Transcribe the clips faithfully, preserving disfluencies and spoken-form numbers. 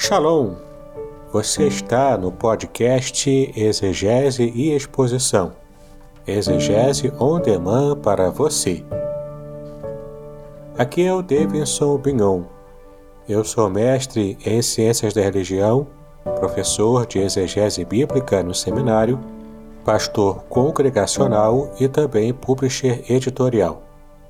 Shalom! Você está no podcast Exegese e Exposição. Exegese on demand para você. Aqui é o Davidson Bignon. Eu sou mestre em Ciências da Religião, professor de Exegese Bíblica no seminário, pastor congregacional e também publisher editorial.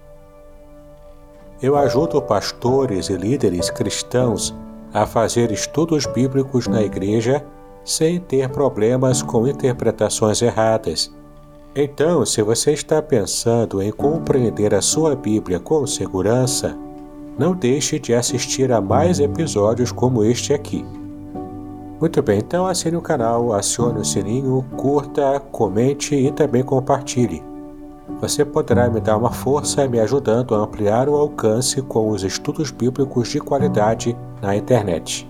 Eu ajudo pastores e líderes cristãos a fazer estudos bíblicos na igreja sem ter problemas com interpretações erradas. Então, se você está pensando em compreender a sua Bíblia com segurança, não deixe de assistir a mais episódios como este aqui. Muito bem, então assine o canal, acione o sininho, curta, comente e também compartilhe. Você poderá me dar uma força me ajudando a ampliar o alcance com os estudos bíblicos de qualidade na internet.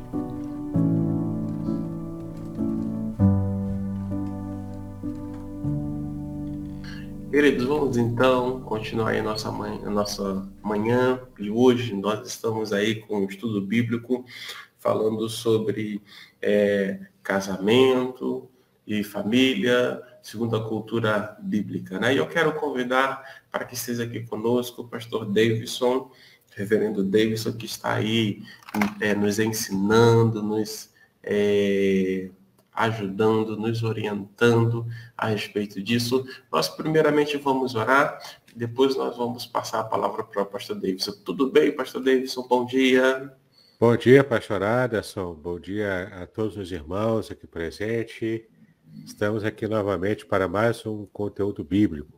Queridos, vamos então continuar aí a nossa manhã, a nossa manhã, e hoje nós estamos aí com o estudo bíblico falando sobre é, casamento e família, segundo a cultura bíblica, né? E eu quero convidar para que esteja aqui conosco o pastor Davidson, reverendo Davidson, que está aí é, nos ensinando, nos é, ajudando, nos orientando a respeito disso. Nós primeiramente vamos orar, depois nós vamos passar a palavra para o pastor Davidson. Tudo bem, pastor Davidson? Bom dia. Bom dia, pastor Aderson. Bom dia a todos os irmãos aqui presentes. Estamos aqui novamente para mais um conteúdo bíblico.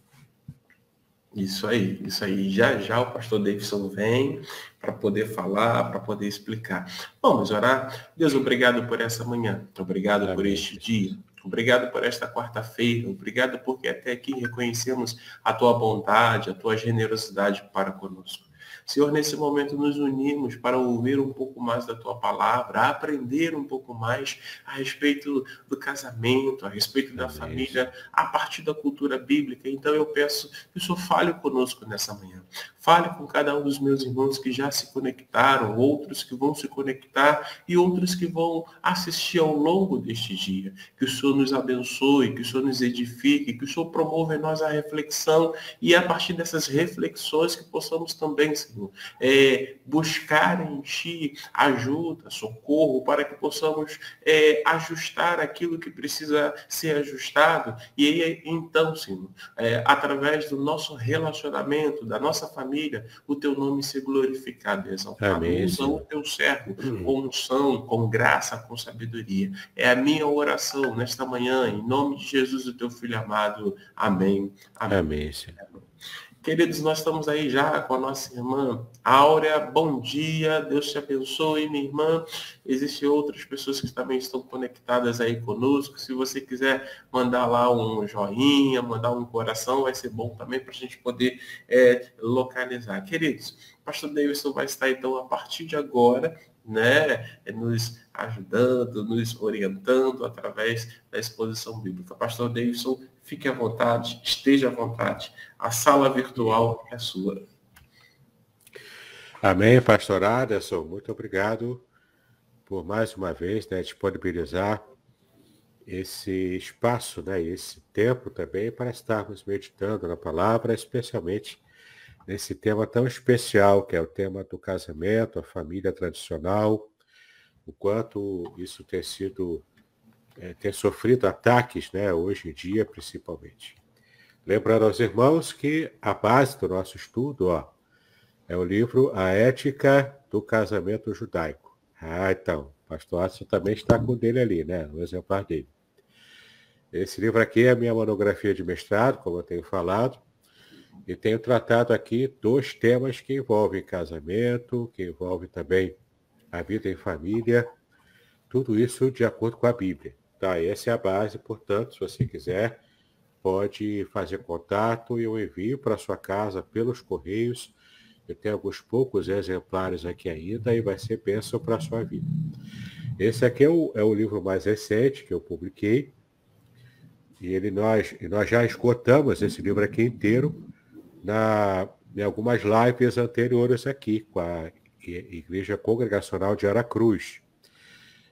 Isso aí, isso aí. Já já o pastor Davidson vem para poder falar, para poder explicar. Vamos orar. Deus, obrigado por essa manhã. Obrigado Amém. Por este dia. Obrigado por esta quarta-feira. Obrigado porque até aqui reconhecemos a tua bondade, a tua generosidade para conosco. Senhor, nesse momento nos unimos para ouvir um pouco mais da tua palavra, aprender um pouco mais a respeito do casamento, a respeito da Amém. Família, a partir da cultura bíblica. Então eu peço que o Senhor fale conosco nessa manhã. Fale com cada um dos meus irmãos que já se conectaram, outros que vão se conectar e outros que vão assistir ao longo deste dia. Que o Senhor nos abençoe, que o Senhor nos edifique, que o Senhor promova em nós a reflexão e a partir dessas reflexões que possamos também, Senhor, é, buscar em Ti ajuda, socorro, para que possamos é, ajustar aquilo que precisa ser ajustado. E aí, então, Senhor, é, através do nosso relacionamento, da nossa família, o Teu nome ser glorificado e exaltado. Amém, Usa o Teu servo com unção, com graça, com sabedoria. É a minha oração nesta manhã, em nome de Jesus, o Teu Filho amado. Amém. Amém. Amém, Senhor. Queridos, nós estamos aí já com a nossa irmã Áurea. Bom dia, Deus te abençoe, minha irmã. Existem outras pessoas que também estão conectadas aí conosco. Se você quiser mandar lá um joinha, mandar um coração, vai ser bom também para a gente poder é, localizar. Queridos, o pastor Davidson vai estar então a partir de agora, né, nos ajudando, nos orientando através da exposição bíblica. Pastor Davidson, fique à vontade, esteja à vontade. A sala virtual é sua. Amém, pastor Aderson. Muito obrigado por mais uma vez, né, disponibilizar esse espaço, né, esse tempo também para estarmos meditando na palavra, especialmente nesse tema tão especial, que é o tema do casamento, a família tradicional, o quanto isso tem sido, é, tem sofrido ataques, né, hoje em dia, principalmente. Lembrando aos irmãos que a base do nosso estudo, ó, é o livro A Ética do Casamento Judaico. Ah, então, o pastor Adson também está com o dele ali, né, o exemplar dele. Esse livro aqui é a minha monografia de mestrado, como eu tenho falado, e tenho tratado aqui dois temas que envolvem casamento, que envolvem também a vida em família, tudo isso de acordo com a Bíblia. Tá, essa é a base, portanto, se você quiser, pode fazer contato e eu envio para sua casa pelos correios. Eu tenho alguns poucos exemplares aqui ainda e vai ser bênção para a sua vida. Esse aqui é o, é o livro mais recente que eu publiquei. E ele, nós, nós já esgotamos esse livro aqui inteiro na, em algumas lives anteriores aqui, com a Igreja Congregacional de Aracruz.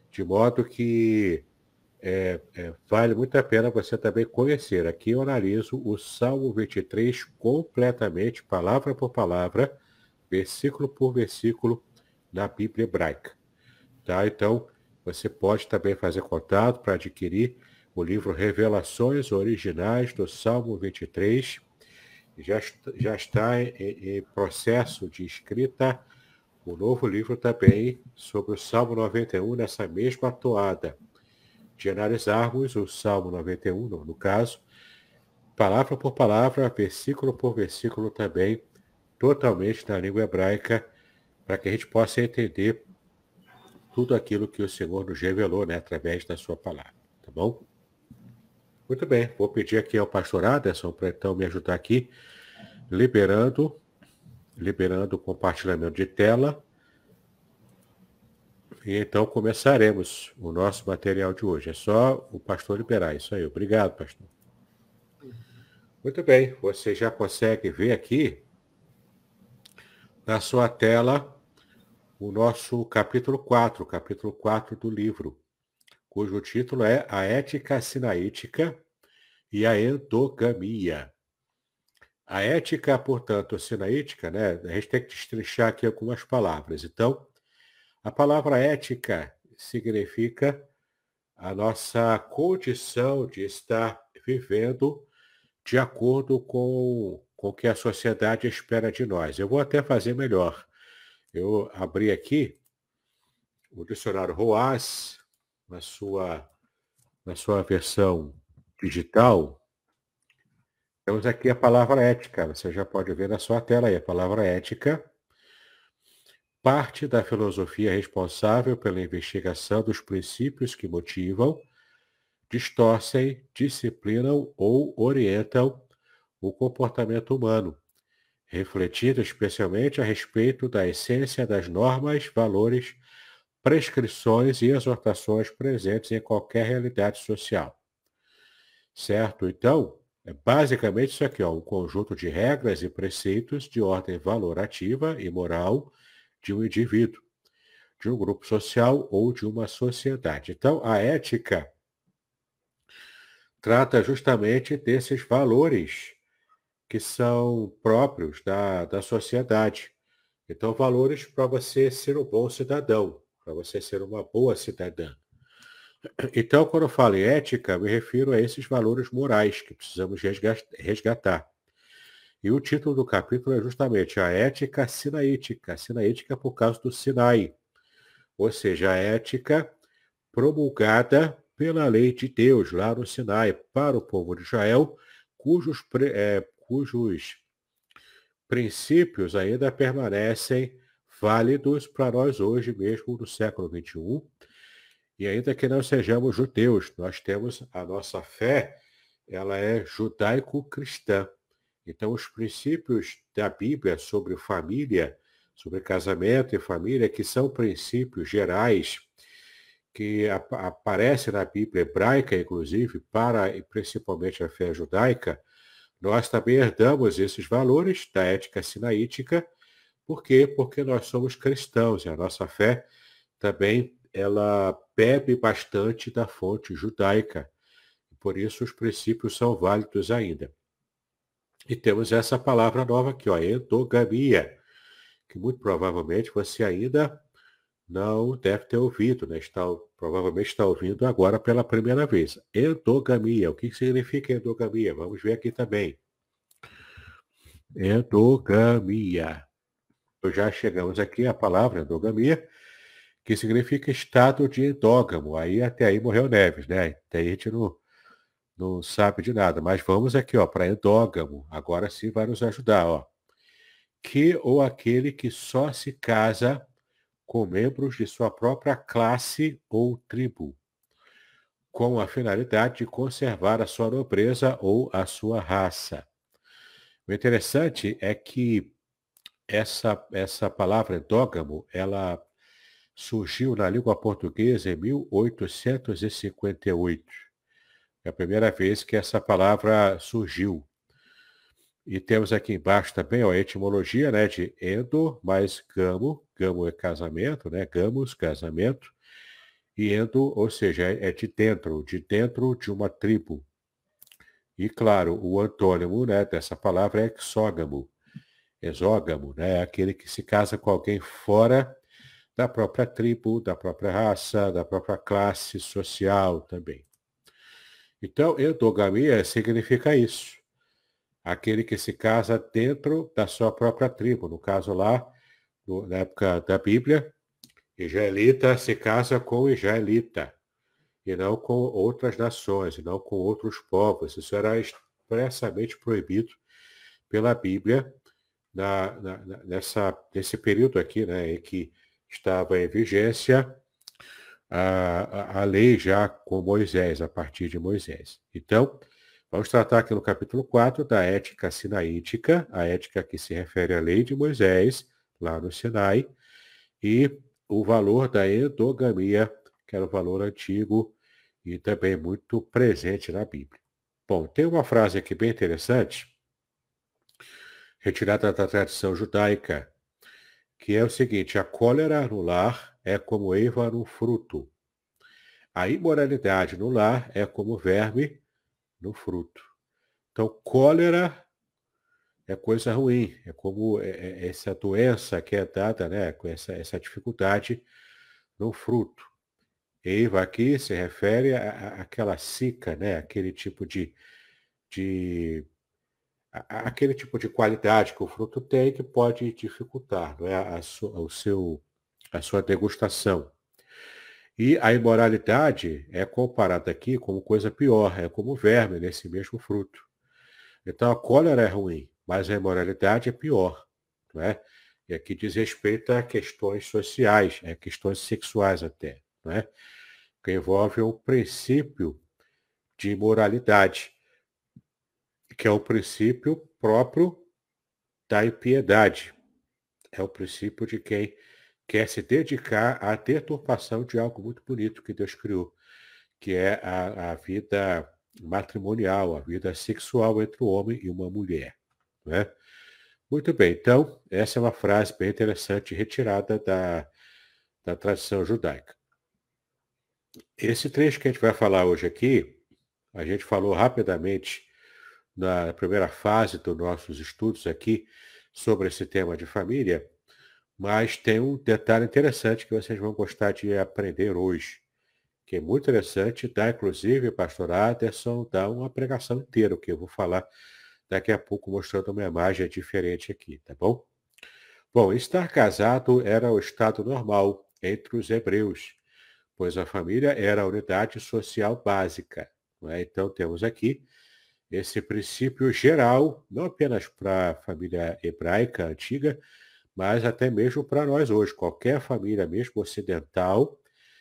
de modo que é, é, vale muito a pena você também conhecer. Aqui eu analiso o Salmo vinte e três completamente, palavra por palavra, versículo por versículo, na Bíblia hebraica. Tá? Então, você pode também fazer contato para adquirir o livro Revelações Originais do Salmo vinte e três. Já, já está em, em processo de escrita o novo livro também sobre o Salmo noventa e um, nessa mesma toada, de analisarmos o Salmo noventa e um, no, no caso, palavra por palavra, versículo por versículo também, totalmente na língua hebraica, para que a gente possa entender tudo aquilo que o Senhor nos revelou, né, através da sua palavra, tá bom? Muito bem, vou pedir aqui ao pastor Aderson para então me ajudar aqui, liberando, liberando o compartilhamento de tela. E então começaremos o nosso material de hoje. É só o pastor liberar, isso aí. Obrigado, pastor. Muito bem, você já consegue ver aqui na sua tela o nosso capítulo quatro, capítulo quatro do livro, cujo título é A Ética Sinaítica e a Endogamia. A ética, portanto, sinaítica, né? A gente tem que destrinchar aqui algumas palavras. Então, a palavra ética significa a nossa condição de estar vivendo de acordo com, com o que a sociedade espera de nós. Eu vou até fazer melhor. Eu abri aqui o dicionário Roas, na sua, na sua versão digital. Temos aqui a palavra ética. Você já pode ver na sua tela aí. A palavra ética parte da filosofia responsável pela investigação dos princípios que motivam, distorcem, disciplinam ou orientam o comportamento humano, refletindo especialmente a respeito da essência das normas, valores, prescrições e exortações presentes em qualquer realidade social. Certo? Então, é basicamente isso aqui, ó, um conjunto de regras e preceitos de ordem valorativa e moral de um indivíduo, de um grupo social ou de uma sociedade. Então, a ética trata justamente desses valores que são próprios da, da sociedade. Então, valores para você ser um bom cidadão, para você ser uma boa cidadã. Então, quando eu falo em ética, me refiro a esses valores morais que precisamos resgatar. E o título do capítulo é justamente a ética sinaítica. Sinaítica por causa do Sinai. Ou seja, a ética promulgada pela lei de Deus lá no Sinai para o povo de Israel, cujos, é, cujos princípios ainda permanecem válidos para nós hoje mesmo no século vinte e um. E ainda que não sejamos judeus, nós temos a nossa fé, ela é judaico-cristã. Então, os princípios da Bíblia sobre família, sobre casamento e família, que são princípios gerais que ap aparecem na Bíblia hebraica, inclusive, para e principalmente a fé judaica, nós também herdamos esses valores da ética sinaítica. Por quê? Porque nós somos cristãos e a nossa fé também ela bebe bastante da fonte judaica. Por isso os princípios são válidos ainda. E temos essa palavra nova aqui, ó, endogamia, que muito provavelmente você ainda não deve ter ouvido, né? Está, provavelmente está ouvindo agora pela primeira vez. Endogamia. O que significa endogamia? Vamos ver aqui também. Endogamia. Então, já chegamos aqui à palavra endogamia, que significa estado de endógamo. Aí até aí morreu Neves, né? Até aí a gente não, não sabe de nada. Mas vamos aqui, ó, para endógamo. Agora sim vai nos ajudar, ó. Que ou aquele que só se casa com membros de sua própria classe ou tribo, com a finalidade de conservar a sua nobreza ou a sua raça. O interessante é que essa, essa palavra endógamo, ela surgiu na língua portuguesa em mil oitocentos e cinquenta e oito. É a primeira vez que essa palavra surgiu. E temos aqui embaixo também, ó, a etimologia, né, de endo mais gamo, gamo é casamento, né, gamos, casamento, E endo, ou seja, é, é de dentro, de dentro de uma tribo. E, claro, o antônimo, né, dessa palavra é exógamo. Exógamo, né, é aquele que se casa com alguém fora da própria tribo, da própria raça, da própria classe social também. Então, endogamia significa isso. Aquele que se casa dentro da sua própria tribo. No caso lá, no, na época da Bíblia, israelita se casa com israelita, e não com outras nações, e não com outros povos. Isso era expressamente proibido pela Bíblia na, na, nessa, nesse período aqui, né, em que estava em vigência a, a, a lei já com Moisés, a partir de Moisés. Então, vamos tratar aqui no capítulo quatro da ética sinaítica, a ética que se refere à lei de Moisés, lá no Sinai, e o valor da endogamia, que era o valor antigo e também muito presente na Bíblia. Bom, tem uma frase aqui bem interessante, retirada da tradição judaica, que é o seguinte: a cólera no lar é como eiva no fruto. A imoralidade no lar é como verme no fruto. Então, cólera é coisa ruim, é como é, é, essa doença que é dada, né, com essa, essa dificuldade no fruto. Eiva aqui se refere àquela cica, né, aquele tipo de, de a- aquele tipo de qualidade que o fruto tem que pode dificultar, não é, a, su- o seu, a sua degustação. E a imoralidade é comparada aqui como coisa pior, é como verme nesse mesmo fruto. Então a cólera é ruim, mas a imoralidade é pior, não é? E aqui diz respeito a questões sociais, a questões sexuais até, não é? Que envolve um princípio de moralidade, que é o princípio próprio da impiedade. É o princípio de quem quer se dedicar à deturpação de algo muito bonito que Deus criou, que é a, a vida matrimonial, a vida sexual entre um homem e uma mulher. Né? Muito bem, então, essa é uma frase bem interessante, retirada da, da tradição judaica. Esse trecho que a gente vai falar hoje aqui, a gente falou rapidamente na primeira fase dos nossos estudos aqui sobre esse tema de família, mas tem um detalhe interessante que vocês vão gostar de aprender hoje, que é muito interessante, dá inclusive, pastor Aderson, dá uma pregação inteira, que eu vou falar daqui a pouco, mostrando uma imagem diferente aqui, tá bom? Bom, estar casado era o estado normal entre os hebreus, pois a família era a unidade social básica. Não é? Então temos aqui esse princípio geral, não apenas para a família hebraica antiga, mas até mesmo para nós hoje. Qualquer família, mesmo ocidental,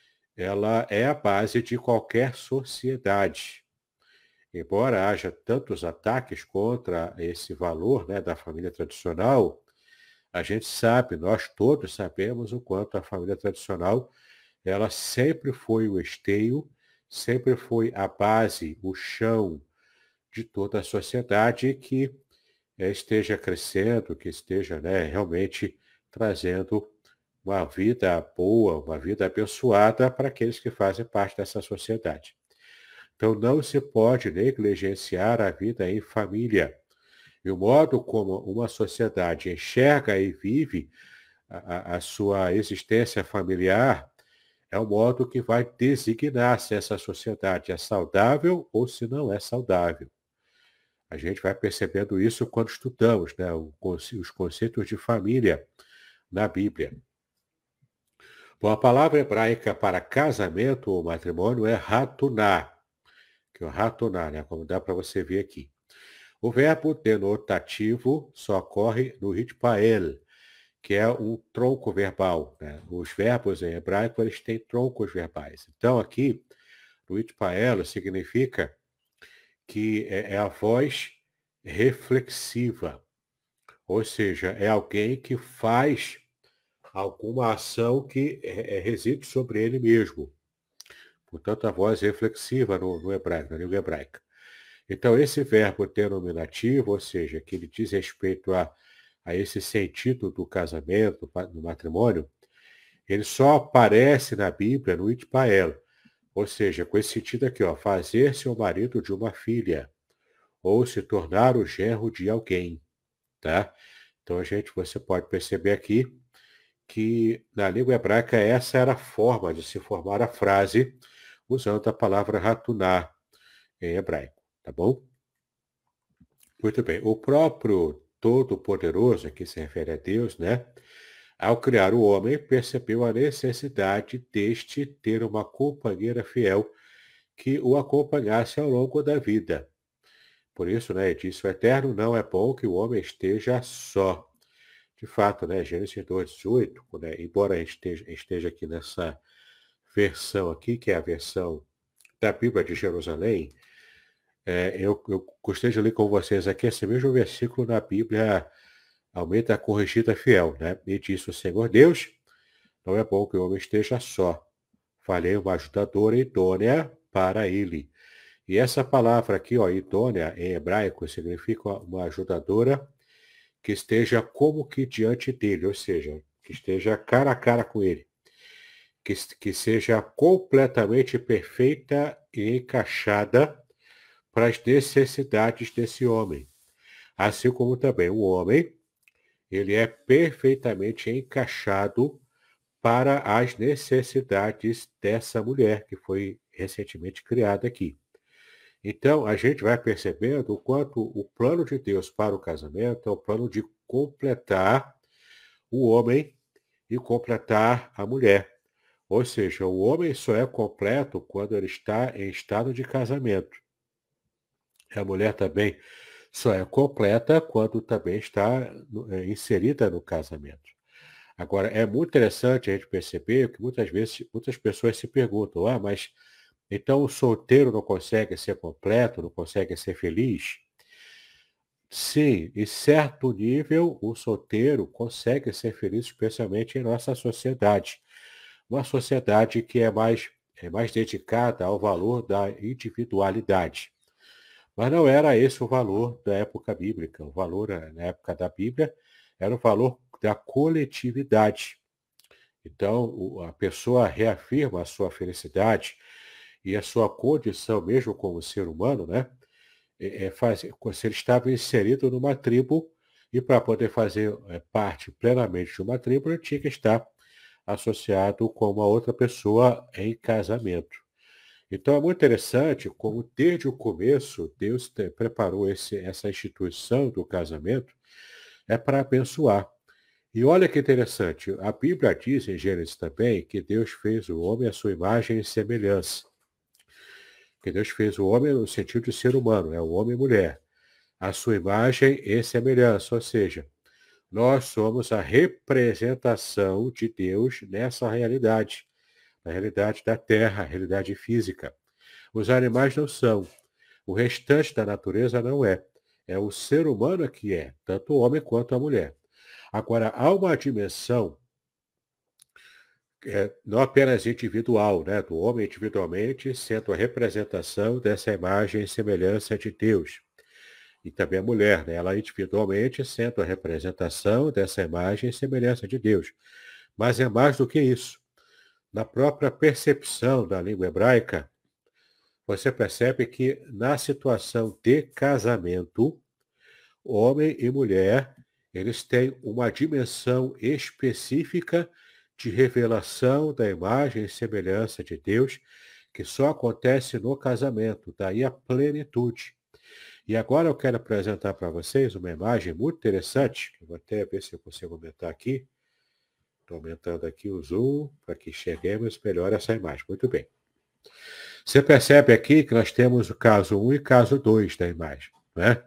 ela é a base de qualquer sociedade. Embora haja tantos ataques contra esse valor, né, da família tradicional, a gente sabe, nós todos sabemos o quanto a família tradicional, ela sempre foi o esteio, sempre foi a base, o chão de toda a sociedade que eh, esteja crescendo, que esteja, né, realmente trazendo uma vida boa, uma vida abençoada para aqueles que fazem parte dessa sociedade. Então, não se pode negligenciar a vida em família. E o modo como uma sociedade enxerga e vive a, a sua existência familiar é o modo que vai designar se essa sociedade é saudável ou se não é saudável. A gente vai percebendo isso quando estudamos, né, os conceitos de família na Bíblia. Bom, a palavra hebraica para casamento ou matrimônio é ratuná, que é o ratuná, né, como dá para você ver aqui. O verbo denotativo só ocorre no ritpael, que é um tronco verbal. Né? Os verbos em hebraico eles têm troncos verbais. Então, aqui, no ritpael significa que é, é a voz reflexiva, ou seja, é alguém que faz alguma ação que é, é, reside sobre ele mesmo. Portanto, a voz reflexiva no, no hebraico, na língua hebraica. Então, esse verbo denominativo, ou seja, que ele diz respeito a, a esse sentido do casamento, do matrimônio, ele só aparece na Bíblia no Itpael, ou seja, com esse sentido aqui, ó, fazer-se o marido de uma filha, ou se tornar o genro de alguém, tá? Então, a gente, você pode perceber aqui que na língua hebraica essa era a forma de se formar a frase usando a palavra ratuná em hebraico, tá bom? Muito bem. O próprio Todo-Poderoso, aqui se refere a Deus, né? Ao criar o homem, percebeu a necessidade deste ter uma companheira fiel que o acompanhasse ao longo da vida. Por isso, né, disse o Eterno, não é bom que o homem esteja só. De fato, né, Gênesis dois, dezoito, né, embora a gente esteja, esteja aqui nessa versão aqui, que é a versão da Bíblia de Jerusalém, é, eu, eu gostei de ler com vocês aqui esse mesmo versículo na Bíblia Almeida Corrigida Fiel, né? E disse o Senhor Deus, não é bom que o homem esteja só. Falei uma ajudadora idônea para ele. E essa palavra aqui, ó, idônea, em hebraico, significa uma ajudadora que esteja como que diante dele, ou seja, que esteja cara a cara com ele. Que, que seja completamente perfeita e encaixada para as necessidades desse homem. Assim como também o homem, ele é perfeitamente encaixado para as necessidades dessa mulher que foi recentemente criada aqui. Então, a gente vai percebendo o quanto o plano de Deus para o casamento é o plano de completar o homem e completar a mulher. Ou seja, o homem só é completo quando ele está em estado de casamento. A mulher também só é completa quando também está inserida no casamento. Agora, é muito interessante a gente perceber que muitas vezes, muitas pessoas se perguntam, ah, mas então o solteiro não consegue ser completo, não consegue ser feliz? Sim, em certo nível, o solteiro consegue ser feliz, especialmente em nossa sociedade. Uma sociedade que é mais, é mais dedicada ao valor da individualidade. Mas não era esse o valor da época bíblica. O valor, na época da Bíblia, era o valor da coletividade. Então, a pessoa reafirma a sua felicidade e a sua condição, mesmo como ser humano, né? É, é faz, se ele estava inserido numa tribo, e para poder fazer é, parte plenamente de uma tribo, ele tinha que estar associado com uma outra pessoa em casamento. Então é muito interessante como desde o começo Deus te, preparou esse, essa instituição do casamento é para abençoar. E olha que interessante, a Bíblia diz em Gênesis também que Deus fez o homem à sua imagem e semelhança. Que Deus fez o homem no sentido de ser humano, é o homem e mulher. A sua imagem e semelhança, ou seja, nós somos a representação de Deus nessa realidade, na realidade da terra, a realidade física. Os animais não são, o restante da natureza não é. É o ser humano que é, tanto o homem quanto a mulher. Agora, há uma dimensão é, não apenas individual, né, do homem individualmente, sendo a representação dessa imagem e semelhança de Deus. E também a mulher, né, ela individualmente sendo a representação dessa imagem e semelhança de Deus. Mas é mais do que isso. Na própria percepção da língua hebraica, você percebe que na situação de casamento, homem e mulher, eles têm uma dimensão específica de revelação da imagem e semelhança de Deus, que só acontece no casamento, daí a plenitude. E agora eu quero apresentar para vocês uma imagem muito interessante, que eu vou até ver se eu consigo aumentar aqui. Estou aumentando aqui o zoom para que enxerguemos melhor essa imagem. Muito bem. Você percebe aqui que nós temos o caso um e caso dois da imagem, né?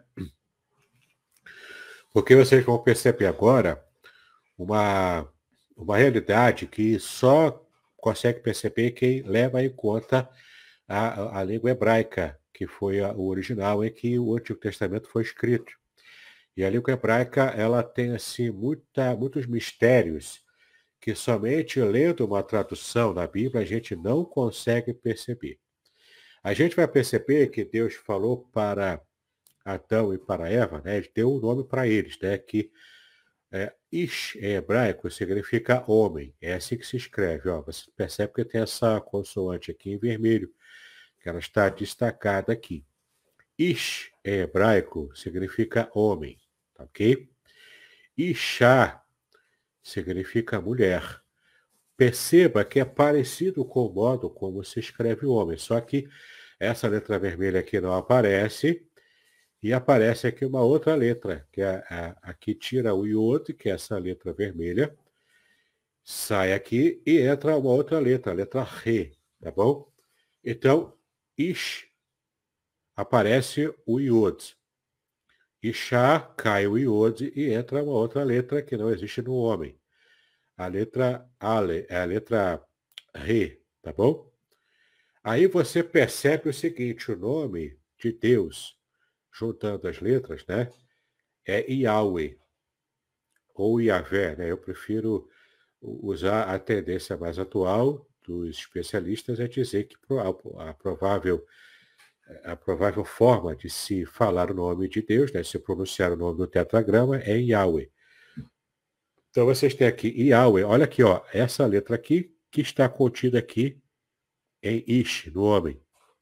Porque vocês vão perceber agora uma, uma realidade que só consegue perceber quem leva em conta a, a língua hebraica, que foi a, o original em que o Antigo Testamento foi escrito. E a língua hebraica, ela tem assim muita, muitos mistérios que somente lendo uma tradução da Bíblia a gente não consegue perceber. A gente vai perceber que Deus falou para Adão e para Eva, né? Ele deu um nome para eles, né? Que É, ish em hebraico significa homem. É assim que se escreve. Ó. Você percebe que tem essa consoante aqui em vermelho, que ela está destacada aqui. Ish em hebraico significa homem, tá ok? Ishá significa mulher. Perceba que é parecido com o modo como se escreve homem, só que essa letra vermelha aqui não aparece, e aparece aqui uma outra letra, que é a, a que tira o iod, que é essa letra vermelha, sai aqui e entra uma outra letra, a letra re, tá bom? Então, ish, aparece o iod. Ishá, cai o iod e entra uma outra letra que não existe no homem. A letra ale, é a letra re, tá bom? Aí você percebe o seguinte, o nome de Deus, juntando as letras, né? É Yahweh, ou Yahvé, né? Eu prefiro usar a tendência mais atual dos especialistas é dizer que a provável, a provável forma de se falar o nome de Deus, né? Se pronunciar o nome do tetragrama é Yahweh. Então vocês têm aqui Yahweh, olha aqui, ó, essa letra aqui que está contida aqui em Ish, no homem.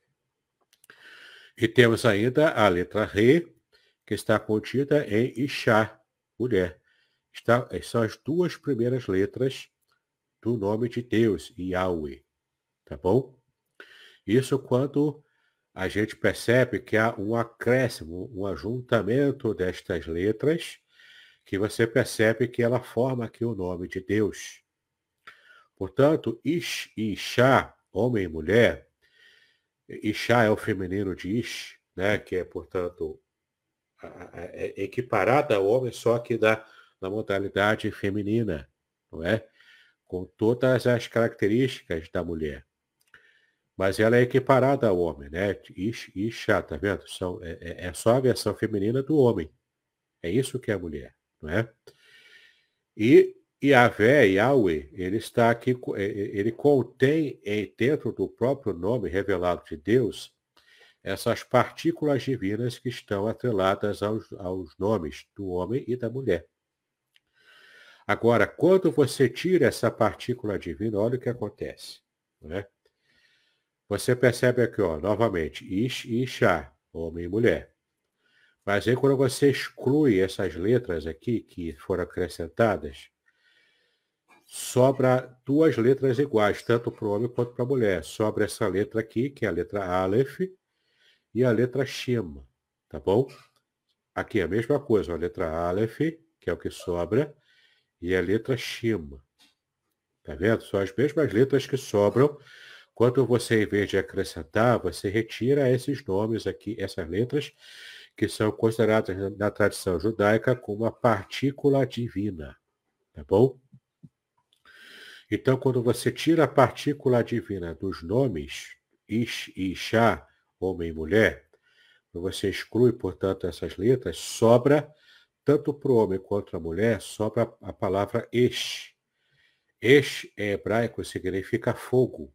E temos ainda a letra Re, que está contida em Ishá, mulher. Está, são as duas primeiras letras do nome de Deus, Yahweh. Tá bom? Isso quando a gente percebe que há um acréscimo, um ajuntamento destas letras, que você percebe que ela forma aqui o nome de Deus. Portanto, Ish e Ishá, homem e mulher, Ishá é o feminino de Ish, né, que é, portanto, é equiparada ao homem, só que da, na modalidade feminina, não é? Com todas as características da mulher. Mas ela é equiparada ao homem, né? Ish, Ishá, tá vendo? São, é, é só a versão feminina do homem. É isso que é a mulher, não é? E Yahvé, Yahweh, ele está aqui, ele contém dentro do próprio nome revelado de Deus essas partículas divinas que estão atreladas aos, aos nomes do homem e da mulher. Agora, quando você tira essa partícula divina, olha o que acontece. Né? Você percebe aqui, ó, novamente, Ish e Ishá, homem e mulher. Mas aí quando você exclui essas letras aqui que foram acrescentadas, sobra duas letras iguais, tanto para o homem quanto para a mulher. Sobra essa letra aqui, que é a letra Aleph, e a letra Shem, tá bom? Aqui é a mesma coisa, a letra Aleph, que é o que sobra, e a letra Shem. Tá vendo? São as mesmas letras que sobram. Quando você, em vez de acrescentar, você retira esses nomes aqui, essas letras, que são consideradas na tradição judaica como uma partícula divina. Tá bom? Então, quando você tira a partícula divina dos nomes, Ish e Ishá, homem e mulher, você exclui, portanto, essas letras, sobra, tanto para o homem quanto para a mulher, sobra a palavra Esh. Esh, em hebraico, significa fogo.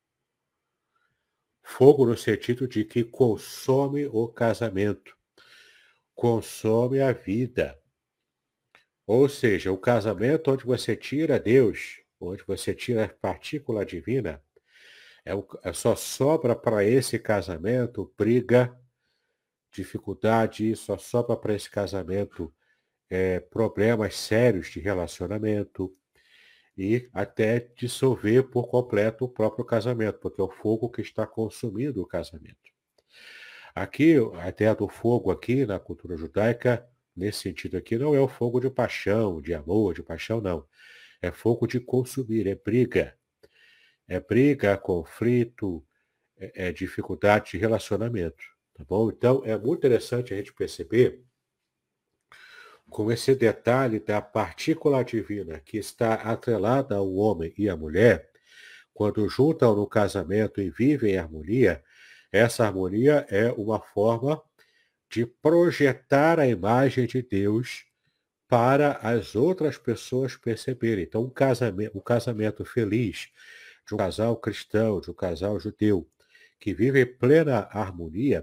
Fogo no sentido de que consome o casamento, consome a vida. Ou seja, o casamento onde você tira Deus, onde você tira a partícula divina, é, o, é só sobra para esse casamento briga, dificuldade, só sobra para esse casamento é, problemas sérios de relacionamento e até dissolver por completo o próprio casamento, porque é o fogo que está consumindo o casamento. Aqui, a ideia do fogo aqui na cultura judaica, nesse sentido aqui, não é o fogo de paixão, de amor, de paixão, não. É fogo de consumir, é briga. É briga, conflito, é, é dificuldade de relacionamento. Tá bom? Então, é muito interessante a gente perceber com esse detalhe da partícula divina que está atrelada ao homem e à mulher, quando juntam no casamento e vivem em harmonia, essa harmonia é uma forma de projetar a imagem de Deus para as outras pessoas perceberem. Então, um casamento, um casamento feliz de um casal cristão, de um casal judeu, que vive em plena harmonia,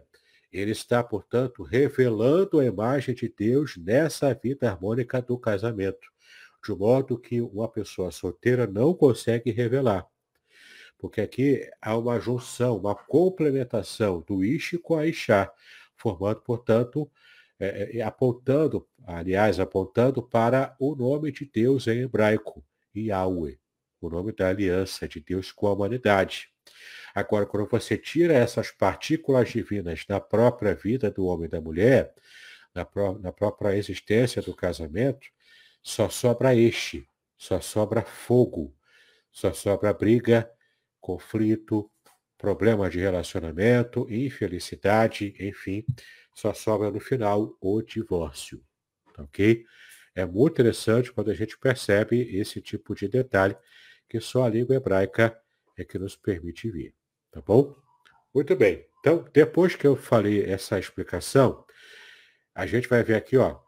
Ele está, portanto, revelando a imagem de Deus nessa vida harmônica do casamento, de modo que uma pessoa solteira não consegue revelar. Porque aqui há uma junção, uma complementação do Ish com a Ishá, formando, portanto, é, é, apontando, aliás, apontando para o nome de Deus em hebraico, Yahweh, o nome da aliança de Deus com a humanidade. Agora, quando você tira essas partículas divinas da própria vida do homem e da mulher, na, pró na própria existência do casamento, só sobra este, só sobra fogo, só sobra briga, conflito, problema de relacionamento, infelicidade, enfim, só sobra no final o divórcio, tá ok? É muito interessante quando a gente percebe esse tipo de detalhe que só a língua hebraica é que nos permite ver, tá bom? Muito bem. Então, depois que eu falei essa explicação, a gente vai ver aqui, ó,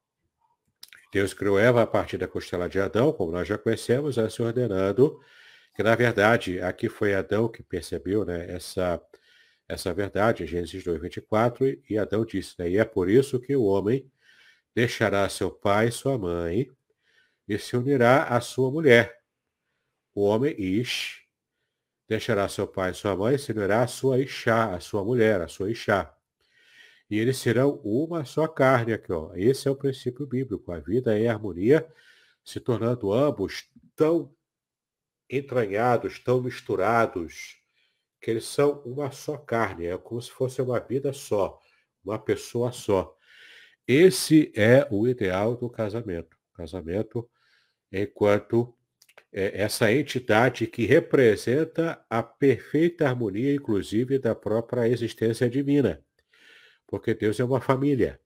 Deus criou Eva a partir da costela de Adão, como nós já conhecemos, ela se ordenando que, na verdade, aqui foi Adão que percebeu, né, essa, essa verdade, Gênesis dois, vinte e quatro, e Adão disse, né, e é por isso que o homem deixará seu pai e sua mãe e se unirá à sua mulher. O homem, Ish, deixará seu pai e sua mãe e se unirá à sua Ishá, à sua mulher, à sua Ishá. E eles serão uma só carne aqui, ó. Esse é o princípio bíblico, a vida em harmonia, se tornando ambos tão entranhados, tão misturados, que eles são uma só carne, é como se fosse uma vida só, uma pessoa só. Esse é o ideal do casamento. O casamento enquanto é, essa entidade que representa a perfeita harmonia, inclusive, da própria existência divina. Porque Deus é uma família.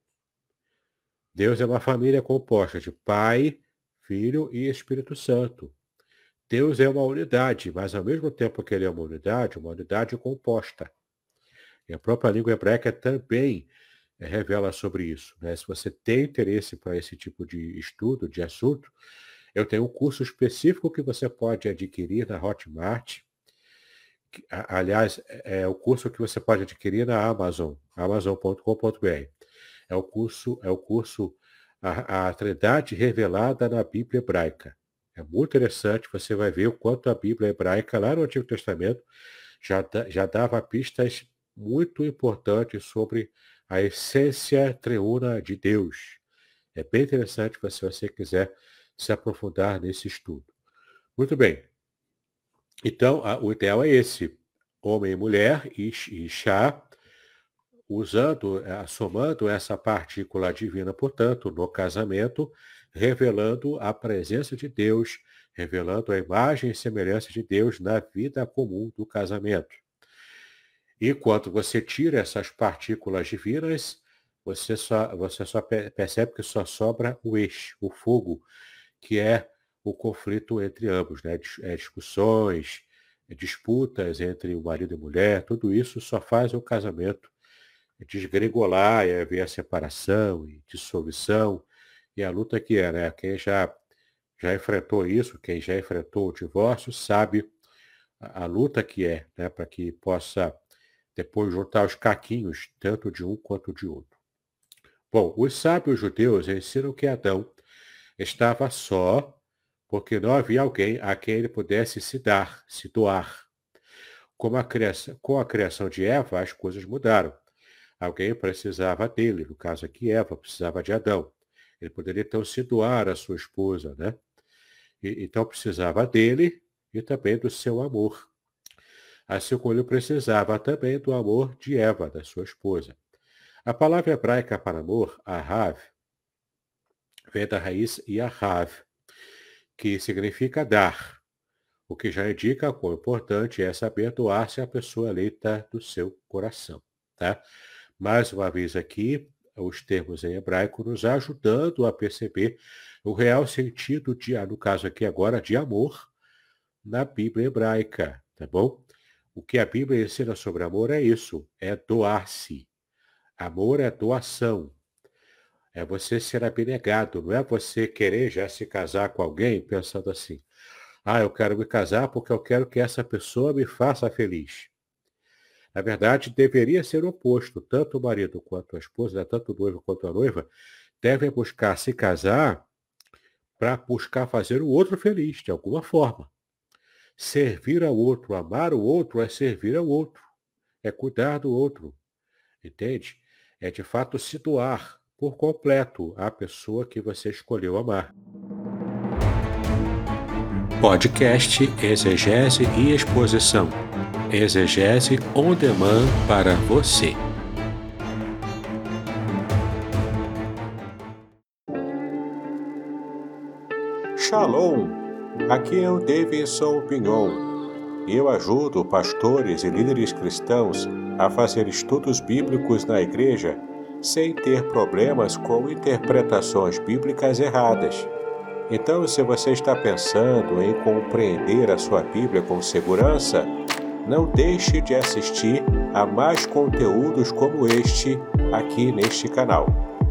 Deus é uma família composta de Pai, Filho e Espírito Santo. Deus é uma unidade, mas ao mesmo tempo que ele é uma unidade, uma unidade composta. E a própria língua hebraica também revela sobre isso, né? Se você tem interesse para esse tipo de estudo, de assunto, eu tenho um curso específico que você pode adquirir na Hotmart. Que, aliás, é o curso que você pode adquirir na Amazon, amazon ponto com ponto br. É o curso, é o curso a, a Trindade Revelada na Bíblia Hebraica. É muito interessante, você vai ver o quanto a Bíblia Hebraica, lá no Antigo Testamento, já, já dava pistas muito importantes sobre a essência triuna de Deus. É bem interessante se você quiser se aprofundar nesse estudo. Muito bem. Então, a, o ideal é esse. Homem e mulher, Ish e Shá, usando, somando essa partícula divina, portanto, no casamento, revelando a presença de Deus, revelando a imagem e semelhança de Deus na vida comum do casamento. E quando você tira essas partículas divinas, você só, você só percebe que só sobra o eixo, o fogo, que é o conflito entre ambos, né? É, discussões, é, disputas entre o marido e a mulher, tudo isso só faz o casamento desgregolar, e haver a separação e dissolução, e a luta que é, né? Quem já, já enfrentou isso, quem já enfrentou o divórcio, sabe a, a luta que é, né? Para que possa depois juntar os caquinhos, tanto de um quanto de outro. Bom, os sábios judeus ensinam que Adão estava só, porque não havia alguém a quem ele pudesse se dar, se doar. Como a criação, com a criação de Eva, as coisas mudaram. Alguém precisava dele, no caso aqui, Eva precisava de Adão. Ele poderia então se doar à sua esposa, né? E, então precisava dele e também do seu amor. Assim como ele precisava também do amor de Eva, da sua esposa. A palavra hebraica para amor, ahav, vem da raiz yahav, que significa dar, o que já indica quão importante é saber doar-se à pessoa eleita do seu coração. Tá? Mais uma vez aqui, os termos em hebraico nos ajudando a perceber o real sentido, de, no caso aqui agora, de amor na Bíblia hebraica, tá bom? O que a Bíblia ensina sobre amor é isso, é doar-se. Amor é doação. É você ser abnegado, não é você querer já se casar com alguém pensando assim, ah, eu quero me casar porque eu quero que essa pessoa me faça feliz. Na verdade, deveria ser o oposto. Tanto o marido quanto a esposa, né, tanto o noivo quanto a noiva, devem buscar se casar para buscar fazer o outro feliz, de alguma forma. Servir ao outro, amar o outro é servir ao outro, é cuidar do outro, entende? É de fato se doar por completo à pessoa que você escolheu amar. Podcast Exegese e Exposição. Exegese on demand para você. Shalom! Aqui é o Davidson Pignon. Eu ajudo pastores e líderes cristãos a fazer estudos bíblicos na igreja sem ter problemas com interpretações bíblicas erradas. Então, se você está pensando em compreender a sua Bíblia com segurança, não deixe de assistir a mais conteúdos como este aqui neste canal.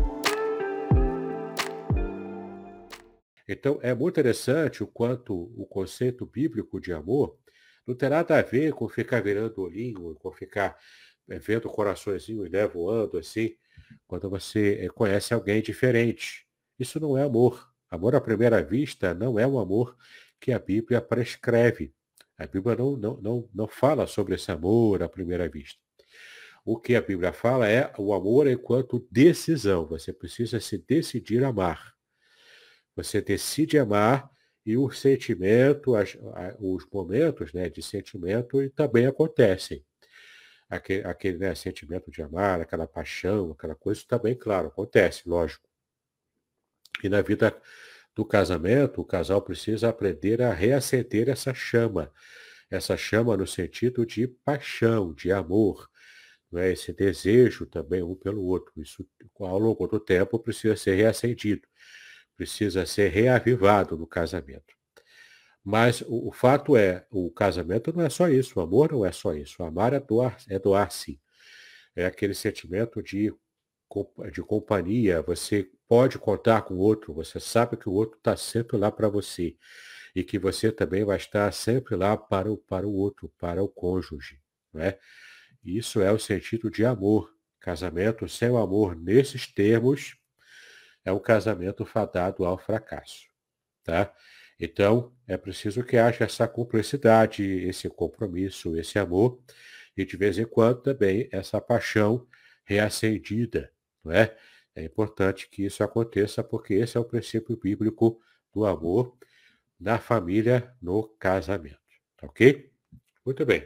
Então, é muito interessante o quanto o conceito bíblico de amor não tem nada a ver com ficar virando olhinho, com ficar é, vendo o coraçõezinho né, voando assim, quando você é, conhece alguém diferente. Isso não é amor. Amor à primeira vista não é um amor que a Bíblia prescreve. A Bíblia não, não, não, não fala sobre esse amor à primeira vista. O que a Bíblia fala é o amor enquanto decisão. Você precisa se decidir a amar. Você decide amar e o sentimento, as, a, os momentos né, de sentimento também acontecem. Aquele, aquele né, sentimento de amar, aquela paixão, aquela coisa, isso também, claro, acontece, lógico. E na vida do casamento, o casal precisa aprender a reacender essa chama. Essa chama no sentido de paixão, de amor. Não é? Esse desejo também um pelo outro. Isso, ao longo do tempo, precisa ser reacendido. Precisa ser reavivado no casamento. Mas o, o fato é, o casamento não é só isso, o amor não é só isso. O amar é doar, é doar-se. É aquele sentimento de, de companhia. Você pode contar com o outro, você sabe que o outro está sempre lá para você. E que você também vai estar sempre lá para o, para o outro, para o cônjuge. Não é? Isso é o sentido de amor. Casamento sem o amor nesses termos é um casamento fadado ao fracasso. Tá? Então, é preciso que haja essa cumplicidade, esse compromisso, esse amor, e de vez em quando também essa paixão reacendida. Não é? É importante que isso aconteça, porque esse é o princípio bíblico do amor na família, no casamento. Tá ok? Muito bem.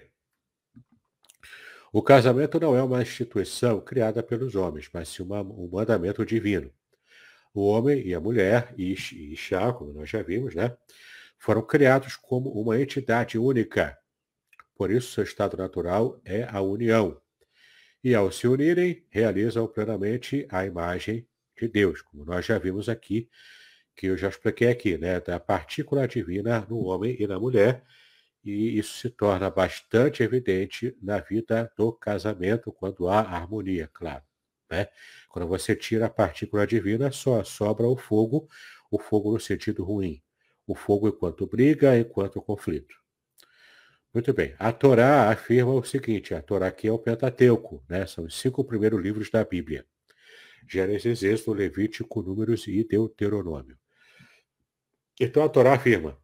O casamento não é uma instituição criada pelos homens, mas sim uma, um mandamento divino. O homem e a mulher, Ish e Ishá, como nós já vimos, né, foram criados como uma entidade única. Por isso, seu estado natural é a união. E ao se unirem, realizam plenamente a imagem de Deus, como nós já vimos aqui, que eu já expliquei aqui, né, da partícula divina no homem e na mulher, e isso se torna bastante evidente na vida do casamento, quando há harmonia, claro. Né? Quando você tira a partícula divina, só sobra o fogo, o fogo no sentido ruim. O fogo enquanto briga, enquanto conflito. Muito bem. A Torá afirma o seguinte, a Torá aqui é o Pentateuco, né? São os cinco primeiros livros da Bíblia. Gênesis, Êxodo, Levítico, Números e Deuteronômio. Então a Torá afirma,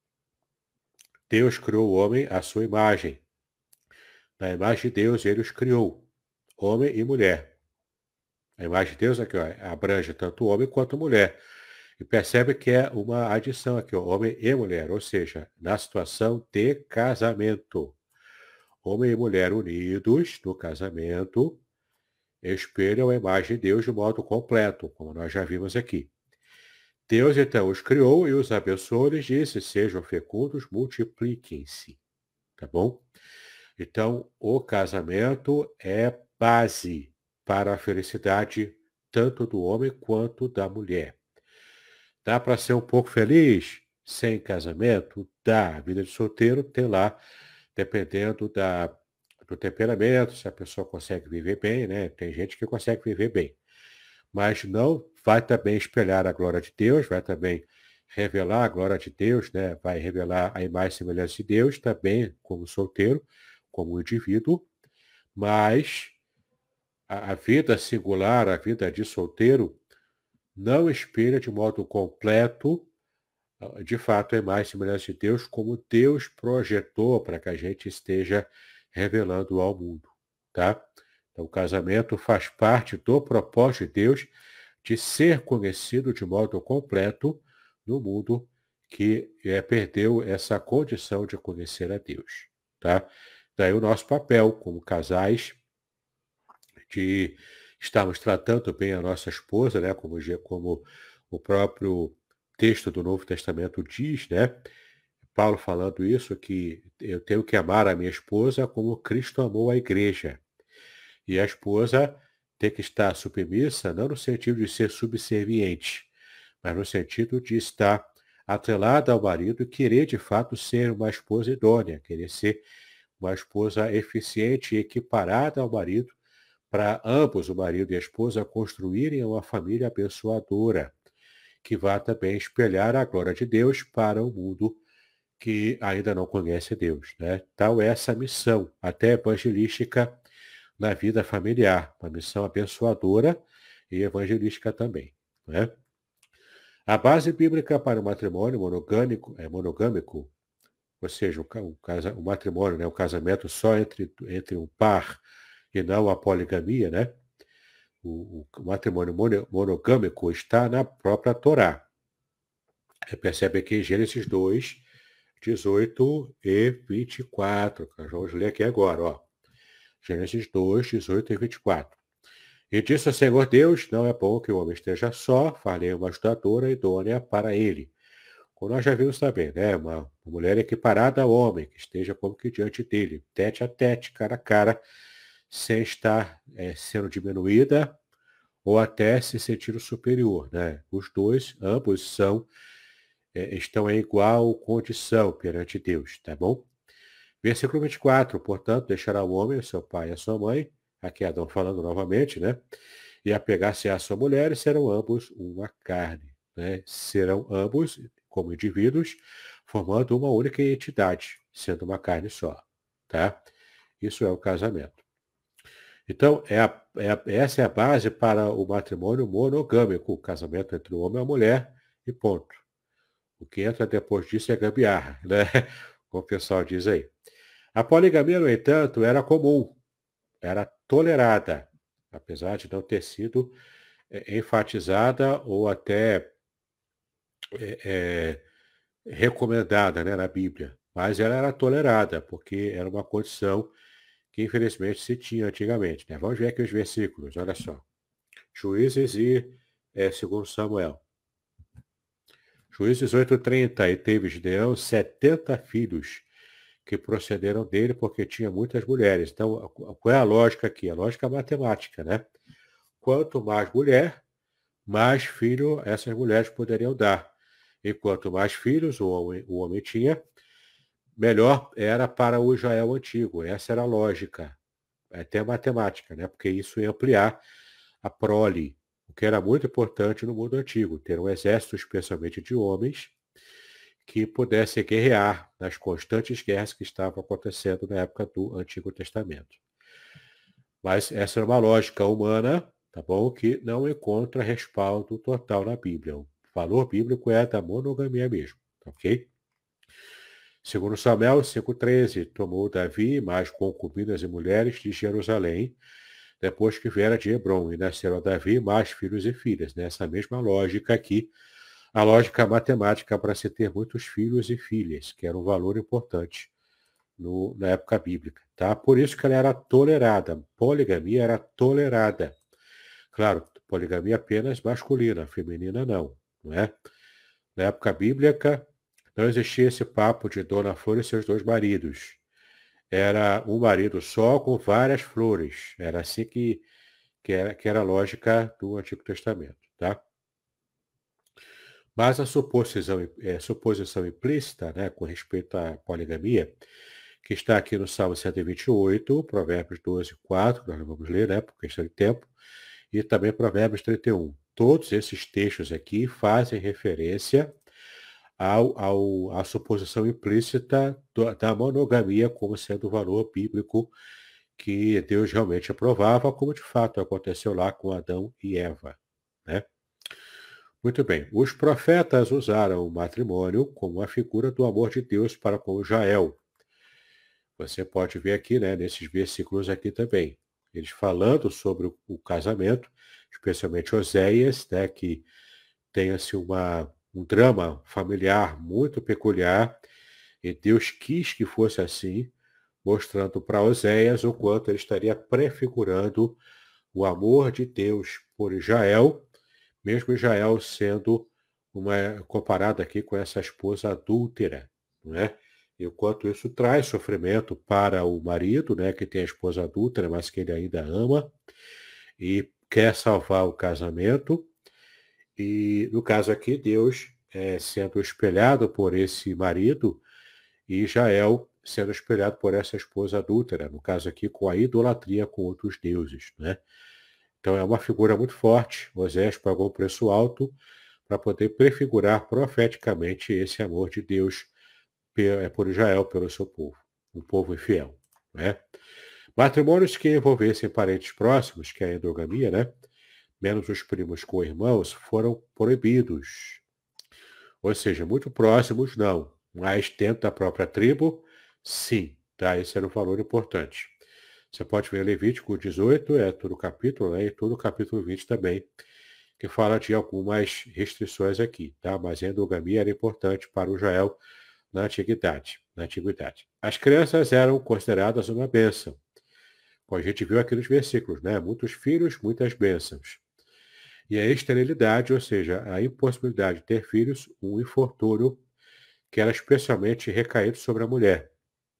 Deus criou o homem à sua imagem. Na imagem de Deus, ele os criou, homem e mulher. A imagem de Deus aqui ó, abrange tanto o homem quanto a mulher. E percebe que é uma adição aqui, ó, homem e mulher, ou seja, na situação de casamento. Homem e mulher unidos no casamento espelham a imagem de Deus de modo completo, como nós já vimos aqui. Deus então os criou e os abençoou, lhes disse, sejam fecundos, multipliquem-se. Tá bom? Então, o casamento é base para a felicidade tanto do homem quanto da mulher. Dá para ser um pouco feliz sem casamento? Dá. A vida de solteiro tem lá, dependendo da, do temperamento, se a pessoa consegue viver bem, né? Tem gente que consegue viver bem. Mas não vai também espelhar a glória de Deus, vai também revelar a glória de Deus, né? Vai revelar a imagem e semelhança de Deus também como solteiro, como indivíduo, mas a, a vida singular, a vida de solteiro, não espelha de modo completo, de fato, a imagem e semelhança de Deus, como Deus projetou para que a gente esteja revelando ao mundo, tá? Então, o casamento faz parte do propósito de Deus de ser conhecido de modo completo no mundo que é, perdeu essa condição de conhecer a Deus, tá? Daí o nosso papel como casais de estarmos tratando bem a nossa esposa, né? Como, como o próprio texto do Novo Testamento diz, né? Paulo falando isso, que eu tenho que amar a minha esposa como Cristo amou a igreja. E a esposa tem que estar submissa, não no sentido de ser subserviente, mas no sentido de estar atrelada ao marido e querer, de fato, ser uma esposa idônea, querer ser uma esposa eficiente e equiparada ao marido, para ambos, o marido e a esposa, construírem uma família abençoadora, que vá também espelhar a glória de Deus para o mundo que ainda não conhece Deus, né? Tal é essa missão, até evangelística, na vida familiar, uma missão abençoadora e evangelística também, né? A base bíblica para o matrimônio monogâmico, é monogâmico, ou seja, o, o, casa, o matrimônio, né, o casamento só entre, entre um par e não a poligamia, né? O, o matrimônio monogâmico está na própria Torá. Percebe aqui em Gênesis dois, dezoito e vinte e quatro. Nós vamos ler aqui agora, ó. Gênesis dois, dezoito e vinte e quatro. E disse o Senhor Deus, não é bom que o homem esteja só, farei uma ajudadora idônea para ele. Como nós já vimos também, né? Uma, uma mulher equiparada ao homem, que esteja como que diante dele, tete a tete, cara a cara, sem estar é, sendo diminuída ou até se sentindo superior, né? Os dois, ambos são, é, estão em igual condição perante Deus, tá bom? Versículo vinte e quatro, portanto, deixará o homem, seu pai e a sua mãe, aqui Adão falando novamente, né? E apegar-se à sua mulher, e serão ambos uma carne, né? Serão ambos, como indivíduos, formando uma única entidade, sendo uma carne só, tá? Isso é o casamento. Então, é a, é a, essa é a base para o matrimônio monogâmico, o casamento entre o homem e a mulher, e ponto. O que entra depois disso é gambiarra, né? Como o pessoal diz aí. A poligamia, no entanto, era comum, era tolerada, apesar de não ter sido é, enfatizada ou até é, é, recomendada, né, na Bíblia. Mas ela era tolerada, porque era uma condição que infelizmente se tinha antigamente, né? Vamos ver aqui os versículos, olha só. Juízes e é, segundo Samuel. Juízes dezoito, trinta. E teve Gideão setenta filhos que procederam dele porque tinha muitas mulheres. Então, qual é a lógica aqui? A lógica matemática, né? Quanto mais mulher, mais filho essas mulheres poderiam dar. E quanto mais filhos o homem, o homem tinha, melhor era para o Israel antigo. Essa era a lógica, até matemática, né? Porque isso ia ampliar a prole, o que era muito importante no mundo antigo, ter um exército, especialmente de homens, que pudesse guerrear nas constantes guerras que estavam acontecendo na época do Antigo Testamento. Mas essa é uma lógica humana, tá bom? Que não encontra respaldo total na Bíblia. O valor bíblico é da monogamia mesmo, ok? Segundo Samuel cinco, treze, tomou Davi mais concubinas e mulheres de Jerusalém, depois que viera de Hebron, e nasceram a Davi mais filhos e filhas. Nessa mesma lógica aqui, a lógica matemática para se ter muitos filhos e filhas, que era um valor importante no, na época bíblica. Tá? Por isso que ela era tolerada. Poligamia era tolerada. Claro, poligamia apenas masculina, feminina não. Não é? Na época bíblica, não existia esse papo de Dona Flor e seus dois maridos. Era um marido só com várias flores. Era assim que, que, era, que era a lógica do Antigo Testamento. Tá? Mas a suposição, é, suposição implícita, né, com respeito à poligamia, que está aqui no Salmo cento e vinte e oito, Provérbios doze, quatro, que nós não vamos ler, né, por questão de tempo, e também Provérbios trinta e um. Todos esses textos aqui fazem referência ao, ao, à suposição implícita do, da monogamia como sendo o valor bíblico que Deus realmente aprovava, como de fato aconteceu lá com Adão e Eva, né? Muito bem. Os profetas usaram o matrimônio como a figura do amor de Deus para com Israel. Você pode ver aqui, né, nesses versículos aqui também. Eles falando sobre o, o casamento, especialmente Oséias, né, que tem assim, uma, um drama familiar muito peculiar, e Deus quis que fosse assim, mostrando para Oséias o quanto ele estaria prefigurando o amor de Deus por Israel, mesmo Israel sendo uma, comparado aqui com essa esposa adúltera, não é? E o quanto isso traz sofrimento para o marido, né, que tem a esposa adúltera, mas que ele ainda ama e quer salvar o casamento. E no caso aqui, Deus é, sendo espelhado por esse marido e Israel sendo espelhado por essa esposa adúltera, no caso aqui com a idolatria com outros deuses, né? Então é uma figura muito forte. Moisés pagou um preço alto para poder prefigurar profeticamente esse amor de Deus por Israel, pelo seu povo, um povo infiel, né? Matrimônios que envolvessem parentes próximos, que é a endogamia, né? Menos os primos com irmãos, foram proibidos. Ou seja, muito próximos, não. Mas dentro da própria tribo, sim. Tá? Esse era um valor importante. Você pode ver Levítico dezoito, é todo o capítulo, né? E todo o capítulo vinte também, que fala de algumas restrições aqui, tá? Mas a endogamia era importante para o Israel na antiguidade, na antiguidade. As crianças eram consideradas uma bênção. Como a gente viu aqui nos versículos, né? Muitos filhos, muitas bênçãos. E a esterilidade, ou seja, a impossibilidade de ter filhos, um infortúnio que era especialmente recaído sobre a mulher.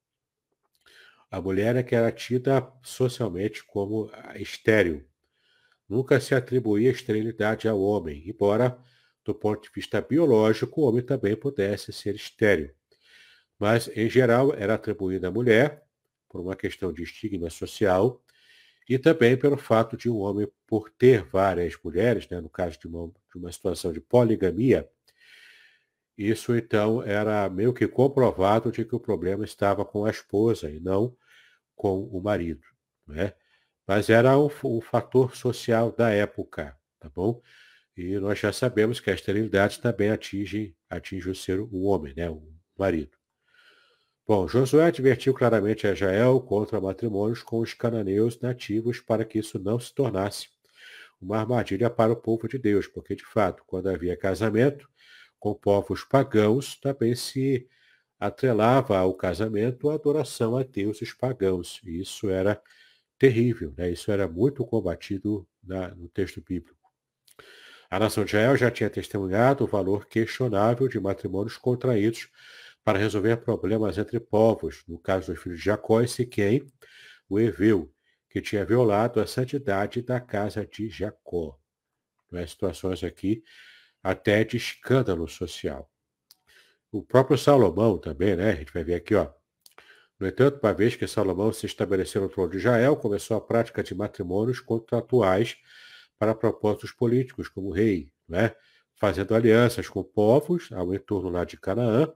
A mulher é que era tida socialmente como estéril. Nunca se atribuía esterilidade ao homem, embora, do ponto de vista biológico, o homem também pudesse ser estéril. Mas, em geral, era atribuída à mulher, por uma questão de estigma social, e também pelo fato de um homem, por ter várias mulheres, né, no caso de uma, de uma situação de poligamia, isso então era meio que comprovado de que o problema estava com a esposa e não com o marido, né? Mas era um, um fator social da época, tá bom? E nós já sabemos que a esterilidade também atinge, atinge o ser o homem, né? O marido. Bom, Josué advertiu claramente a Israel contra matrimônios com os cananeus nativos para que isso não se tornasse uma armadilha para o povo de Deus, porque, de fato, quando havia casamento com povos pagãos, também se atrelava ao casamento a adoração a deuses pagãos. E isso era terrível, né? Isso era muito combatido na, no texto bíblico. A nação de Israel já tinha testemunhado o valor questionável de matrimônios contraídos para resolver problemas entre povos, no caso dos filhos de Jacó e Siquém, o Eveu, que tinha violado a santidade da casa de Jacó. Não é? Situações aqui até de escândalo social. O próprio Salomão também, né? A gente vai ver aqui, ó. No entanto, uma vez que Salomão se estabeleceu no trono de Israel, começou a prática de matrimônios contratuais para propósitos políticos, como rei, né? Fazendo alianças com povos ao entorno lá de Canaã.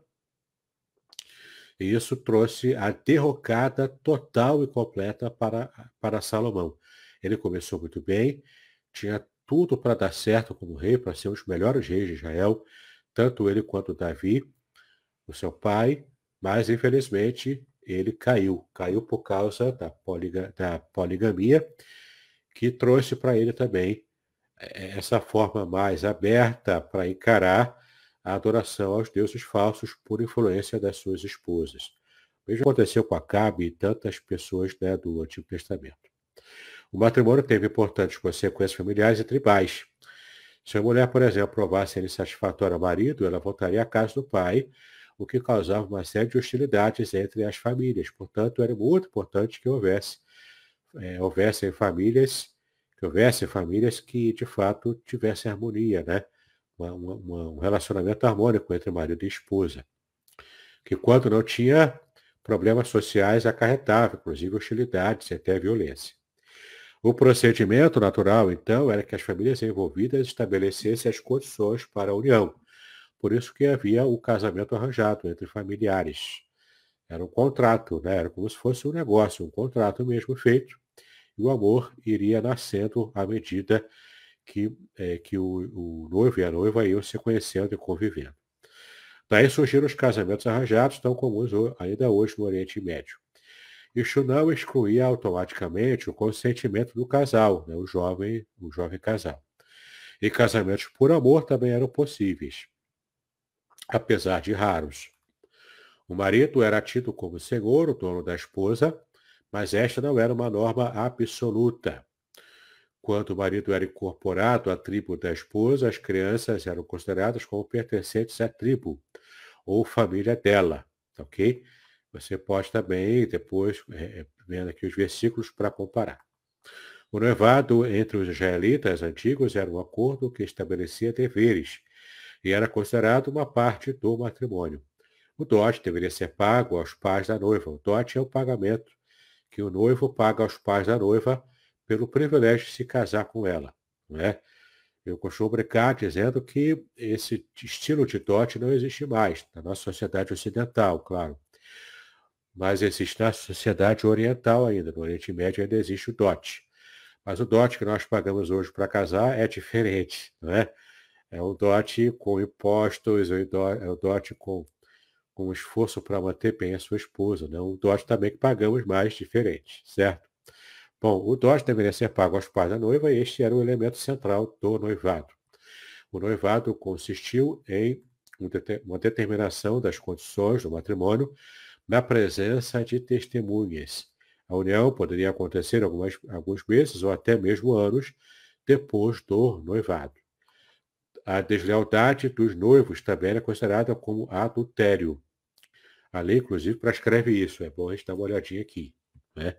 E isso trouxe a derrocada total e completa para, para Salomão. Ele começou muito bem, tinha tudo para dar certo como rei, para ser um dos melhores reis de Israel, tanto ele quanto Davi, o seu pai, mas infelizmente ele caiu. Caiu por causa da, poliga, da poligamia, que trouxe para ele também essa forma mais aberta para encarar a adoração aos deuses falsos por influência das suas esposas. O mesmo aconteceu com Acabe e tantas pessoas, né, do Antigo Testamento. O matrimônio teve importantes consequências familiares e tribais. Se a mulher, por exemplo, provasse ser insatisfatória ao marido, ela voltaria à casa do pai, o que causava uma série de hostilidades entre as famílias. Portanto, era muito importante que houvesse, é, houvessem famílias, que houvessem famílias que, de fato, tivessem harmonia, né? Uma, uma, um relacionamento harmônico entre marido e esposa. Que quando não tinha problemas sociais acarretava, inclusive hostilidades e até violência. O procedimento natural, então, era que as famílias envolvidas estabelecessem as condições para a união. Por isso que havia o casamento arranjado entre familiares. Era um contrato, né? Era como se fosse um negócio, um contrato mesmo feito. E o amor iria nascendo à medida que, é, que o, o noivo e a noiva iam se conhecendo e convivendo. Daí surgiram os casamentos arranjados, tão comuns ainda hoje no Oriente Médio. Isso não excluía automaticamente o consentimento do casal, né, o, jovem, o jovem casal. E casamentos por amor também eram possíveis, apesar de raros. O marido era tido como senhor, o dono da esposa, mas esta não era uma norma absoluta. Quando o marido era incorporado à tribo da esposa, as crianças eram consideradas como pertencentes à tribo ou família dela, ok? Você pode também, depois, é, vendo aqui os versículos para comparar. O noivado entre os israelitas antigos era um acordo que estabelecia deveres e era considerado uma parte do matrimônio. O dote deveria ser pago aos pais da noiva. O dote é o pagamento que o noivo paga aos pais da noiva pelo privilégio de se casar com ela. Não é? Eu costumo brincar dizendo que esse estilo de dote não existe mais na nossa sociedade ocidental, claro. Mas existe na sociedade oriental ainda. No Oriente Médio ainda existe o dote. Mas o dote que nós pagamos hoje para casar é diferente, não é? É um dote com impostos, é um dote com, com esforço para manter bem a sua esposa, né? Um dote também que pagamos mais diferente, certo? Bom, o dote deveria ser pago aos pais da noiva e este era o elemento central do noivado. O noivado consistiu em uma determinação das condições do matrimônio na presença de testemunhas. A união poderia acontecer algumas, alguns meses ou até mesmo anos depois do noivado. A deslealdade dos noivos também é considerada como adultério. A lei, inclusive, prescreve isso. É bom a gente dar uma olhadinha aqui. Né?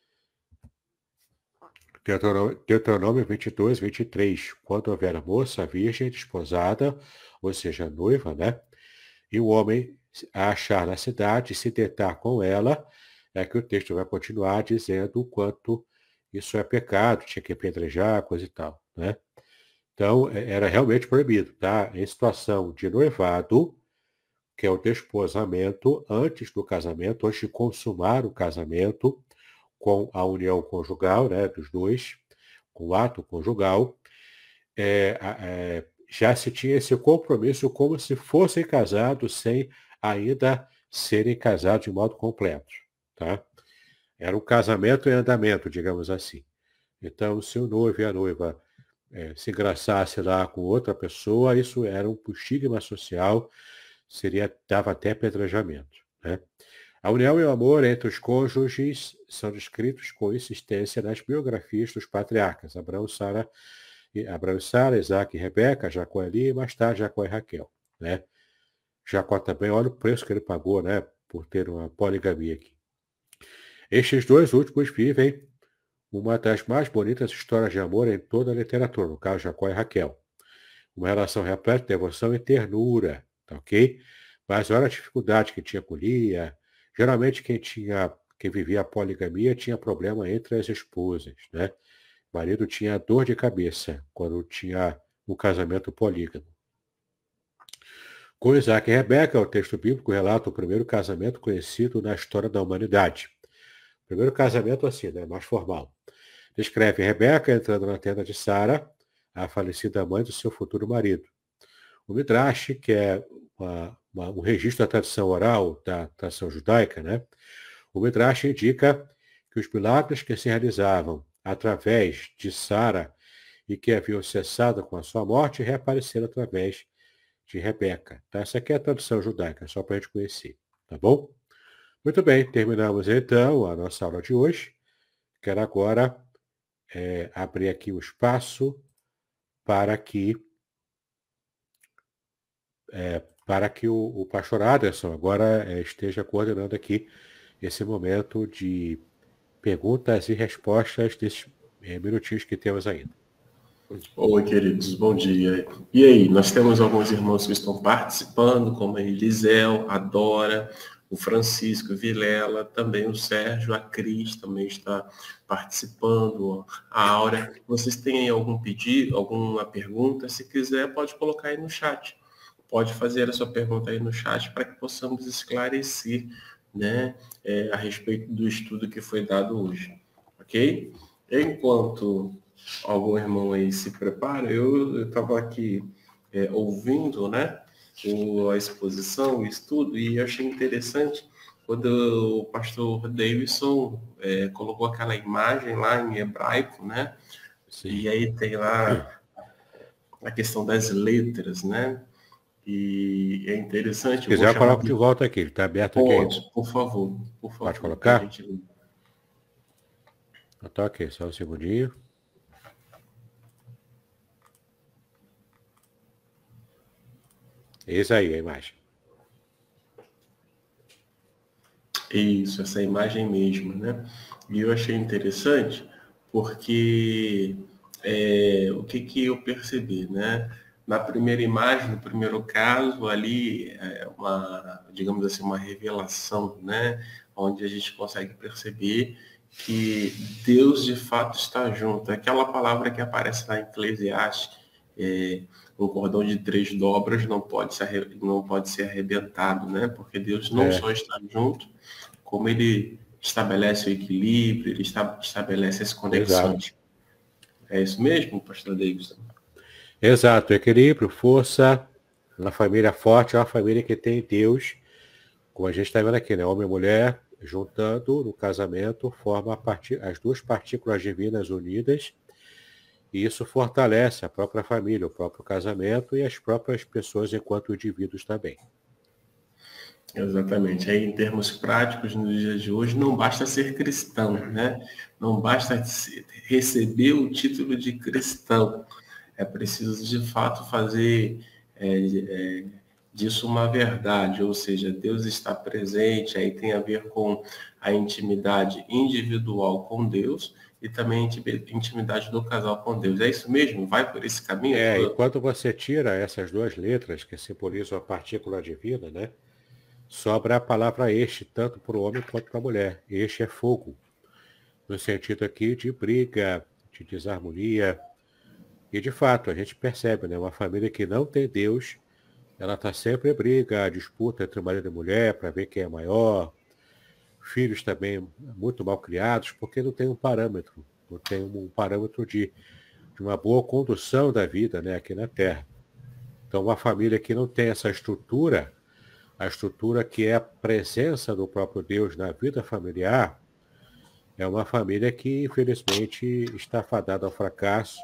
Deuteronômio, Deuteronômio vinte e dois, vinte e três. Quando houver moça, virgem, desposada, ou seja, noiva, né? E o homem a achar na cidade e se deitar com ela, é que o texto vai continuar dizendo o quanto isso é pecado, tinha que apedrejar, coisa e tal, né? Então, era realmente proibido, tá? Em situação de noivado, que é o desposamento antes do casamento, antes de consumar o casamento com a união conjugal, né, dos dois, com o ato conjugal, é, é, já se tinha esse compromisso como se fossem casados sem ainda serem casados de modo completo, tá? Era um casamento em andamento, digamos assim. Então, se o noivo e a noiva é, se engraçasse lá com outra pessoa, isso era um estigma social, seria, dava até apedrejamento, né? A união e o amor entre os cônjuges são descritos com insistência nas biografias dos patriarcas, Abraão, Sara, Abraão, Sara, Isaac e Rebeca, Jacó e Lia, e mais tarde Jacó e Raquel, né? Jacó também, olha o preço que ele pagou, né, por ter uma poligamia aqui. Estes dois últimos vivem uma das mais bonitas histórias de amor em toda a literatura, no caso Jacó e Raquel. Uma relação repleta de devoção e ternura, tá ok? Mas olha a dificuldade que tinha com Lia. Geralmente quem tinha, quem vivia a poligamia tinha problema entre as esposas, né? O marido tinha dor de cabeça quando tinha o casamento polígamo. Com Isaac e Rebeca, o texto bíblico relata o primeiro casamento conhecido na história da humanidade. Primeiro casamento assim, né, mais formal. Descreve Rebeca entrando na tenda de Sara, a falecida mãe do seu futuro marido. O Midrash, que é uma, uma, um registro da tradição oral, da tradição judaica, né? O Midrash indica que os milagres que se realizavam através de Sara e que haviam cessado com a sua morte reapareceram através de Rebeca. Tá? Essa aqui é a tradução judaica, só para a gente conhecer, tá bom? Muito bem, terminamos então a nossa aula de hoje. Quero agora é, abrir aqui o espaço para que é, para que o, o pastor Aderson agora é, esteja coordenando aqui esse momento de perguntas e respostas desses é, minutinhos que temos ainda. Oi, queridos, bom dia. E aí, nós temos alguns irmãos que estão participando, como a Elisel, a Dora, o Francisco Vilela, também o Sérgio, a Cris também está participando, a Aura. Vocês têm algum pedido, alguma pergunta? Se quiser, pode colocar aí no chat. Pode fazer a sua pergunta aí no chat para que possamos esclarecer né, é, a respeito do estudo que foi dado hoje, ok? Enquanto algum irmão aí se prepara, eu estava aqui é, ouvindo, né, o, a exposição, o estudo, e eu achei interessante quando o pastor Davidson é, colocou aquela imagem lá em hebraico, né? Sim. E aí tem lá a questão das letras, né? E é interessante. Se quiser, eu coloco de volta aqui, ele está aberto aqui. Pode, por favor, por favor. Pode colocar? Gente... Então, ok, só um segundinho. Eis aí a imagem. Isso, essa imagem mesmo, né? E eu achei interessante porque é, o que, que eu percebi, né? Na primeira imagem, no primeiro caso, ali é uma, digamos assim, uma revelação, né? Onde a gente consegue perceber que Deus de fato está junto. Aquela palavra que aparece lá em Eclesiastes, é, um cordão de três dobras não pode ser, não pode ser arrebentado, né? Porque Deus não é. só está junto, como ele estabelece o equilíbrio, ele estabelece as conexões. Exato. É isso mesmo, pastor Davidson? Exato, equilíbrio, força, na família forte é uma família que tem Deus, como a gente está vendo aqui, né? Homem e mulher, juntando no casamento, forma as duas partículas divinas unidas, e isso fortalece a própria família, o próprio casamento e as próprias pessoas enquanto indivíduos também. Exatamente. Aí, em termos práticos, nos dias de hoje, não basta ser cristão, né? Não basta receber o título de cristão. É preciso, de fato, fazer é, é, disso uma verdade, ou seja, Deus está presente, aí tem a ver com a intimidade individual com Deus e também a intimidade do casal com Deus. É isso mesmo? Vai por esse caminho? É, e quando você tira essas duas letras que simbolizam a partícula divina, né? Sobra a palavra este, tanto para o homem quanto para a mulher. Este é fogo, no sentido aqui de briga, de desarmonia. E, de fato, a gente percebe, né? Uma família que não tem Deus, ela está sempre em briga, disputa entre marido e mulher para ver quem é maior. Filhos também muito mal criados, porque não tem um parâmetro, não tem um parâmetro de, de uma boa condução da vida, né? Aqui na Terra. Então, uma família que não tem essa estrutura, a estrutura que é a presença do próprio Deus na vida familiar, é uma família que, infelizmente, está fadada ao fracasso.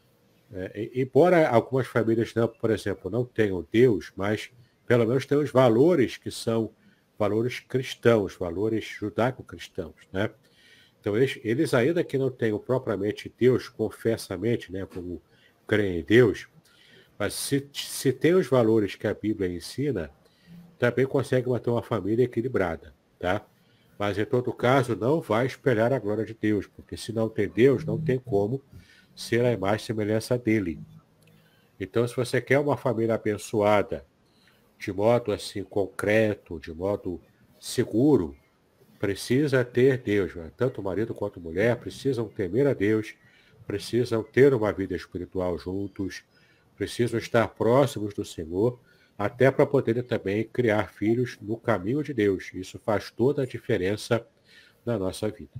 É, embora algumas famílias, não, por exemplo, não tenham Deus, mas pelo menos têm os valores que são valores cristãos, valores judaico-cristãos, né? Então, eles, eles ainda que não tenham propriamente Deus, confessamente, né, como creem em Deus, mas se, se tem os valores que a Bíblia ensina, também consegue manter uma família equilibrada, tá? Mas, em todo caso, não vai espelhar a glória de Deus, porque se não tem Deus, não tem como ser a imagem e semelhança dele. Então, se você quer uma família abençoada, de modo assim concreto, de modo seguro, precisa ter Deus. Né? Tanto o marido quanto a mulher precisam temer a Deus, precisam ter uma vida espiritual juntos, precisam estar próximos do Senhor, até para poderem também criar filhos no caminho de Deus. Isso faz toda a diferença na nossa vida.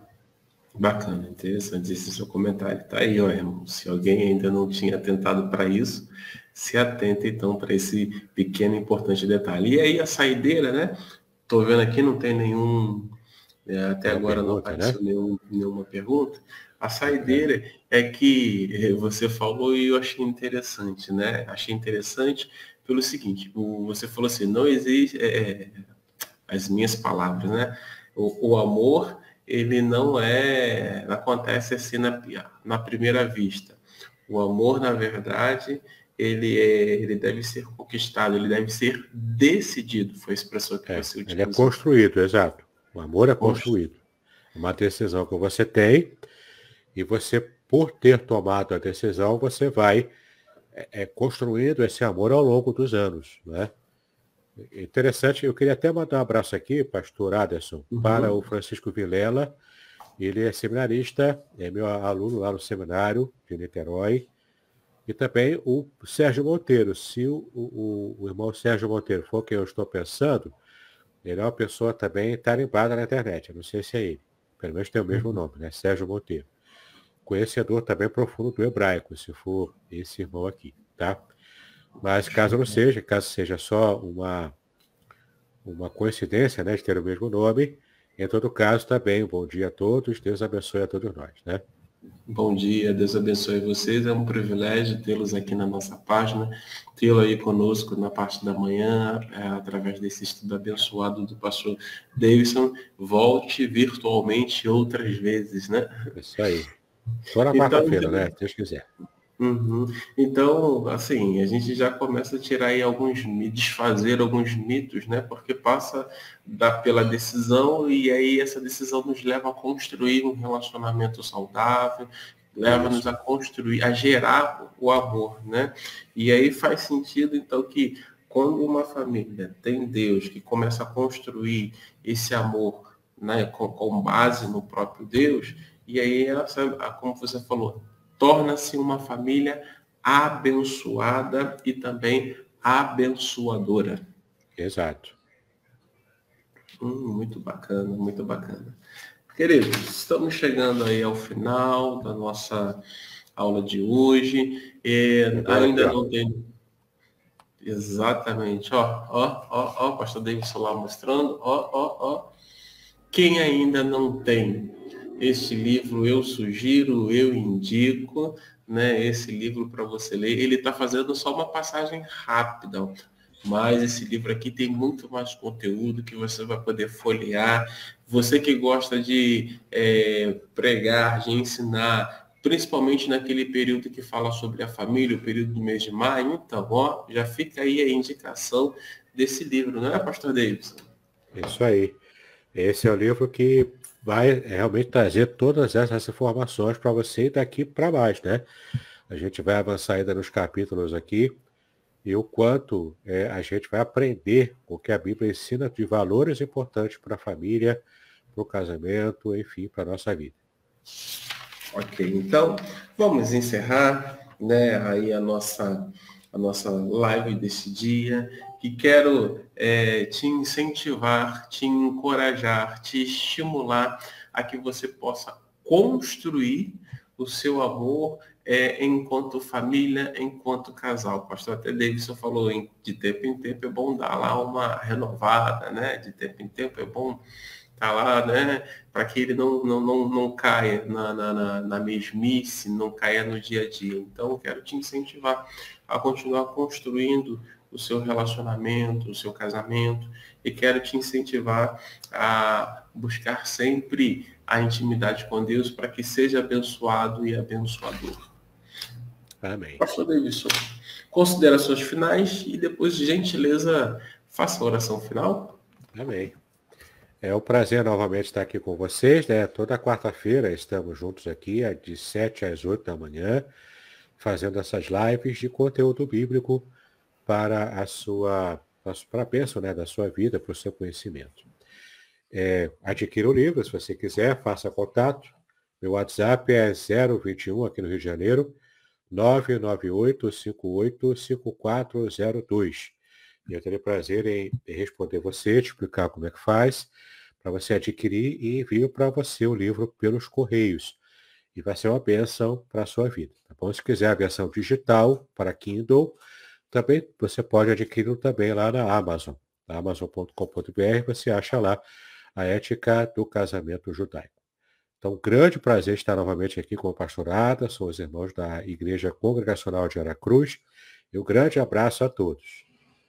Bacana, interessante esse seu comentário. Tá aí, ó, irmão. Se alguém ainda não tinha atentado para isso, se atenta então para esse pequeno e importante detalhe. E aí a saideira, né? Tô vendo aqui, não tem nenhum, é, até Uma agora pergunta, não apareceu, né? nenhum, nenhuma pergunta. A saideira é. é que você falou e eu achei interessante, né? Achei interessante pelo seguinte, o, você falou assim, não existe, é, as minhas palavras, né? O, o amor, ele não é, acontece assim na, na primeira vista. O amor, na verdade, ele, é, ele deve ser conquistado, ele deve ser decidido, foi a expressão que é, você utilizou. Ele é construído, exato. O amor é construído. É uma decisão que você tem e você, por ter tomado a decisão, você vai é, é, construindo esse amor ao longo dos anos, né? Interessante, eu queria até mandar um abraço aqui, pastor Aderson, uhum. para o Francisco Vilela. Ele é seminarista, é meu aluno lá no seminário de Niterói. E também o Sérgio Monteiro. Se o, o, o irmão Sérgio Monteiro for quem eu estou pensando, Ele é uma pessoa também tarimbada na internet, eu não sei se é ele. Pelo menos tem o mesmo Uhum. nome, né? Sérgio Monteiro. Conhecedor também profundo do hebraico, se for esse irmão aqui, tá? Mas caso não seja, caso seja só uma, uma coincidência, né, de ter o mesmo nome, em todo caso, também, um bom dia a todos, Deus abençoe a todos nós, né? Bom dia, Deus abençoe vocês. É um privilégio tê-los aqui na nossa página, tê-lo aí conosco na parte da manhã, é, através desse estudo abençoado do pastor Davidson. Volte virtualmente outras vezes, né? Isso aí. Só na Então, quarta-feira, né? Se Deus quiser. uhum. Então, assim, a gente já começa a tirar aí alguns, mi- desfazer alguns mitos, né? Porque passa da, pela decisão e aí essa decisão nos leva a construir um relacionamento saudável, leva-nos Isso. a construir, a gerar o amor, né? E aí faz sentido, então, que quando uma família tem Deus, que começa a construir esse amor, né, com, com base no próprio Deus, e aí, essa, como você falou, torna-se uma família abençoada e também abençoadora. Exato. Hum, muito bacana, muito bacana. Queridos, estamos chegando aí ao final da nossa aula de hoje. É, Agora aqui, ainda ó. não tem exatamente, ó, ó, ó, ó, o pastor Davidson lá mostrando, ó, ó, ó. Quem ainda não tem este livro, eu sugiro, eu indico, né, esse livro para você ler. Ele está fazendo só uma passagem rápida, mas esse livro aqui tem muito mais conteúdo que você vai poder folhear. Você que gosta de é, pregar, de ensinar, principalmente naquele período que fala sobre a família, o período do mês de maio, então, ó, já fica aí a indicação desse livro, não é, pastor Davidson? Isso aí. Esse é o livro que vai realmente trazer todas essas informações para você e daqui para mais, né? A gente vai avançar ainda nos capítulos aqui e o quanto é, a gente vai aprender com o que a Bíblia ensina de valores importantes para a família, para o casamento, enfim, para a nossa vida. Ok, então vamos encerrar, né, aí a nossa, a nossa live desse dia, que quero é, te incentivar, te encorajar, te estimular a que você possa construir o seu amor é, enquanto família, enquanto casal. O pastor até Davidson falou em, de tempo em tempo é bom dar lá uma renovada, né? De tempo em tempo é bom tá lá, né? Para que ele não, não, não, não caia na, na, na, na mesmice, não caia no dia a dia. Então, eu quero te incentivar a continuar construindo o seu relacionamento, o seu casamento, e quero te incentivar a buscar sempre a intimidade com Deus para que seja abençoado e abençoador. Amém. Pastor Davidson, considerações finais e depois, de gentileza, faça a oração final. Amém. É um prazer novamente estar aqui com vocês, né? Toda quarta-feira estamos juntos aqui, de sete às oito da manhã, fazendo essas lives de conteúdo bíblico para a sua, para a bênção, né, da sua vida, para o seu conhecimento. É, adquira o livro, se você quiser, faça contato. Meu WhatsApp é zero vinte e um aqui no Rio de Janeiro, nove nove oito cinco oito cinco quatro zero dois. E eu terei prazer em responder você, te explicar como é que faz, para você adquirir e envio para você o livro pelos correios. E vai ser uma bênção para a sua vida. Tá bom? Se quiser a versão digital para Kindle, também você pode adquiri-lo também lá na Amazon. Na amazon ponto com ponto br você acha lá a ética do casamento judaico. Então, um grande prazer estar novamente aqui com o pastor Ada, são os irmãos da Igreja Congregacional de Aracruz. E um grande abraço a todos.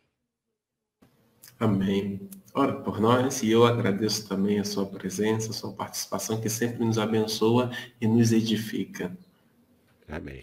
Amém. Ora por nós, e eu agradeço também a sua presença, a sua participação, que sempre nos abençoa e nos edifica. Amém.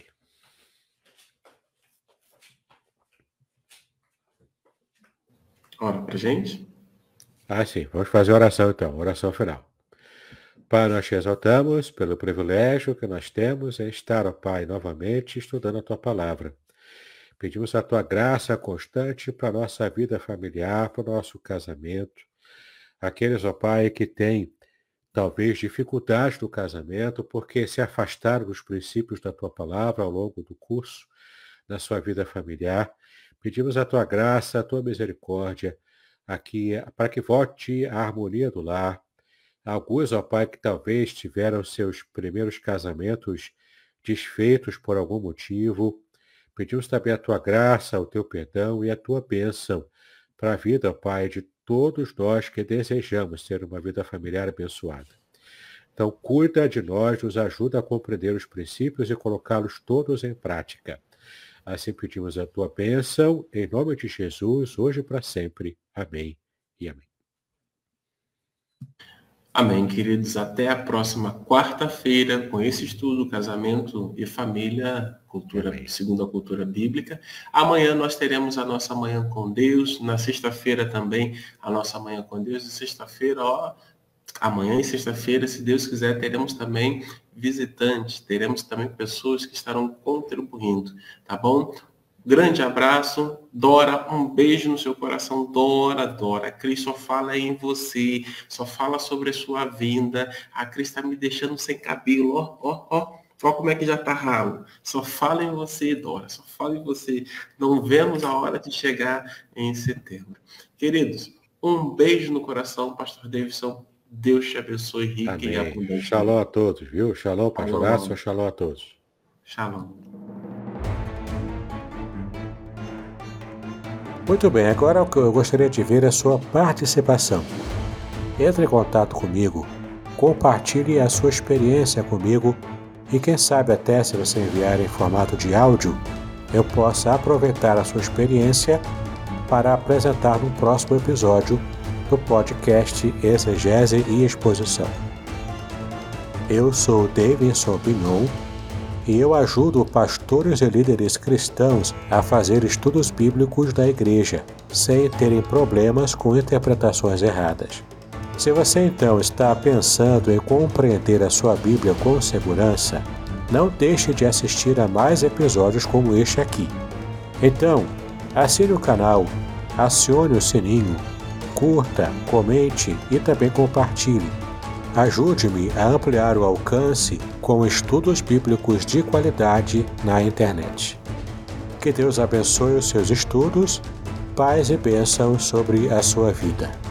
Ora pra gente. Ah, sim. Vamos fazer a oração então, oração final. Pai, nós te exaltamos pelo privilégio que nós temos em estar, ó Pai, novamente estudando a tua palavra. Pedimos a tua graça constante para a nossa vida familiar, para o nosso casamento. Aqueles, ó Pai, que têm talvez dificuldade no casamento porque se afastaram dos princípios da tua palavra ao longo do curso da sua vida familiar. Pedimos a tua graça, a tua misericórdia, aqui, para que volte a harmonia do lar. Alguns, ó Pai, que talvez tiveram seus primeiros casamentos desfeitos por algum motivo, pedimos também a tua graça, o teu perdão e a tua bênção para a vida, ó Pai, de todos nós que desejamos ter uma vida familiar abençoada. Então, cuida de nós, nos ajuda a compreender os princípios e colocá-los todos em prática. Assim pedimos a tua bênção, em nome de Jesus, hoje e para sempre. Amém e amém. Amém, queridos. Até a próxima quarta-feira com esse estudo, casamento e família, cultura, Amém. Segundo a cultura bíblica. Amanhã nós teremos a nossa manhã com Deus. Na sexta-feira também a nossa manhã com Deus. E sexta-feira, ó, amanhã e sexta-feira, se Deus quiser, teremos também visitantes, teremos também pessoas que estarão contribuindo, tá bom? Grande abraço, Dora, um beijo no seu coração, Dora, Dora. A Cris só fala em você, só fala sobre a sua vinda. A Cris está me deixando sem cabelo, ó, ó, ó. Ó como é que já tá ralo. Só fala em você, Dora, só fala em você. Não vemos a hora de chegar em setembro. Queridos, um beijo no coração, Pastor Davidson. Deus te abençoe rico Amém. e abundante. Shalom a todos, viu? Shalom, pastoraço, shalom a todos. Shalom. Muito bem, agora o que eu gostaria de ver é a sua participação. Entre em contato comigo, compartilhe a sua experiência comigo e quem sabe até se você enviar em formato de áudio, eu possa aproveitar a sua experiência para apresentar no próximo episódio do podcast Exegese e Exposição. Eu sou Davidson Bignon e eu ajudo pastores e líderes cristãos a fazer estudos bíblicos da igreja, sem terem problemas com interpretações erradas. Se você então está pensando em compreender a sua Bíblia com segurança, não deixe de assistir a mais episódios como este aqui. Então, assine o canal, acione o sininho, curta, comente e também compartilhe. Ajude-me a ampliar o alcance com estudos bíblicos de qualidade na internet. Que Deus abençoe os seus estudos, paz e bênção sobre a sua vida.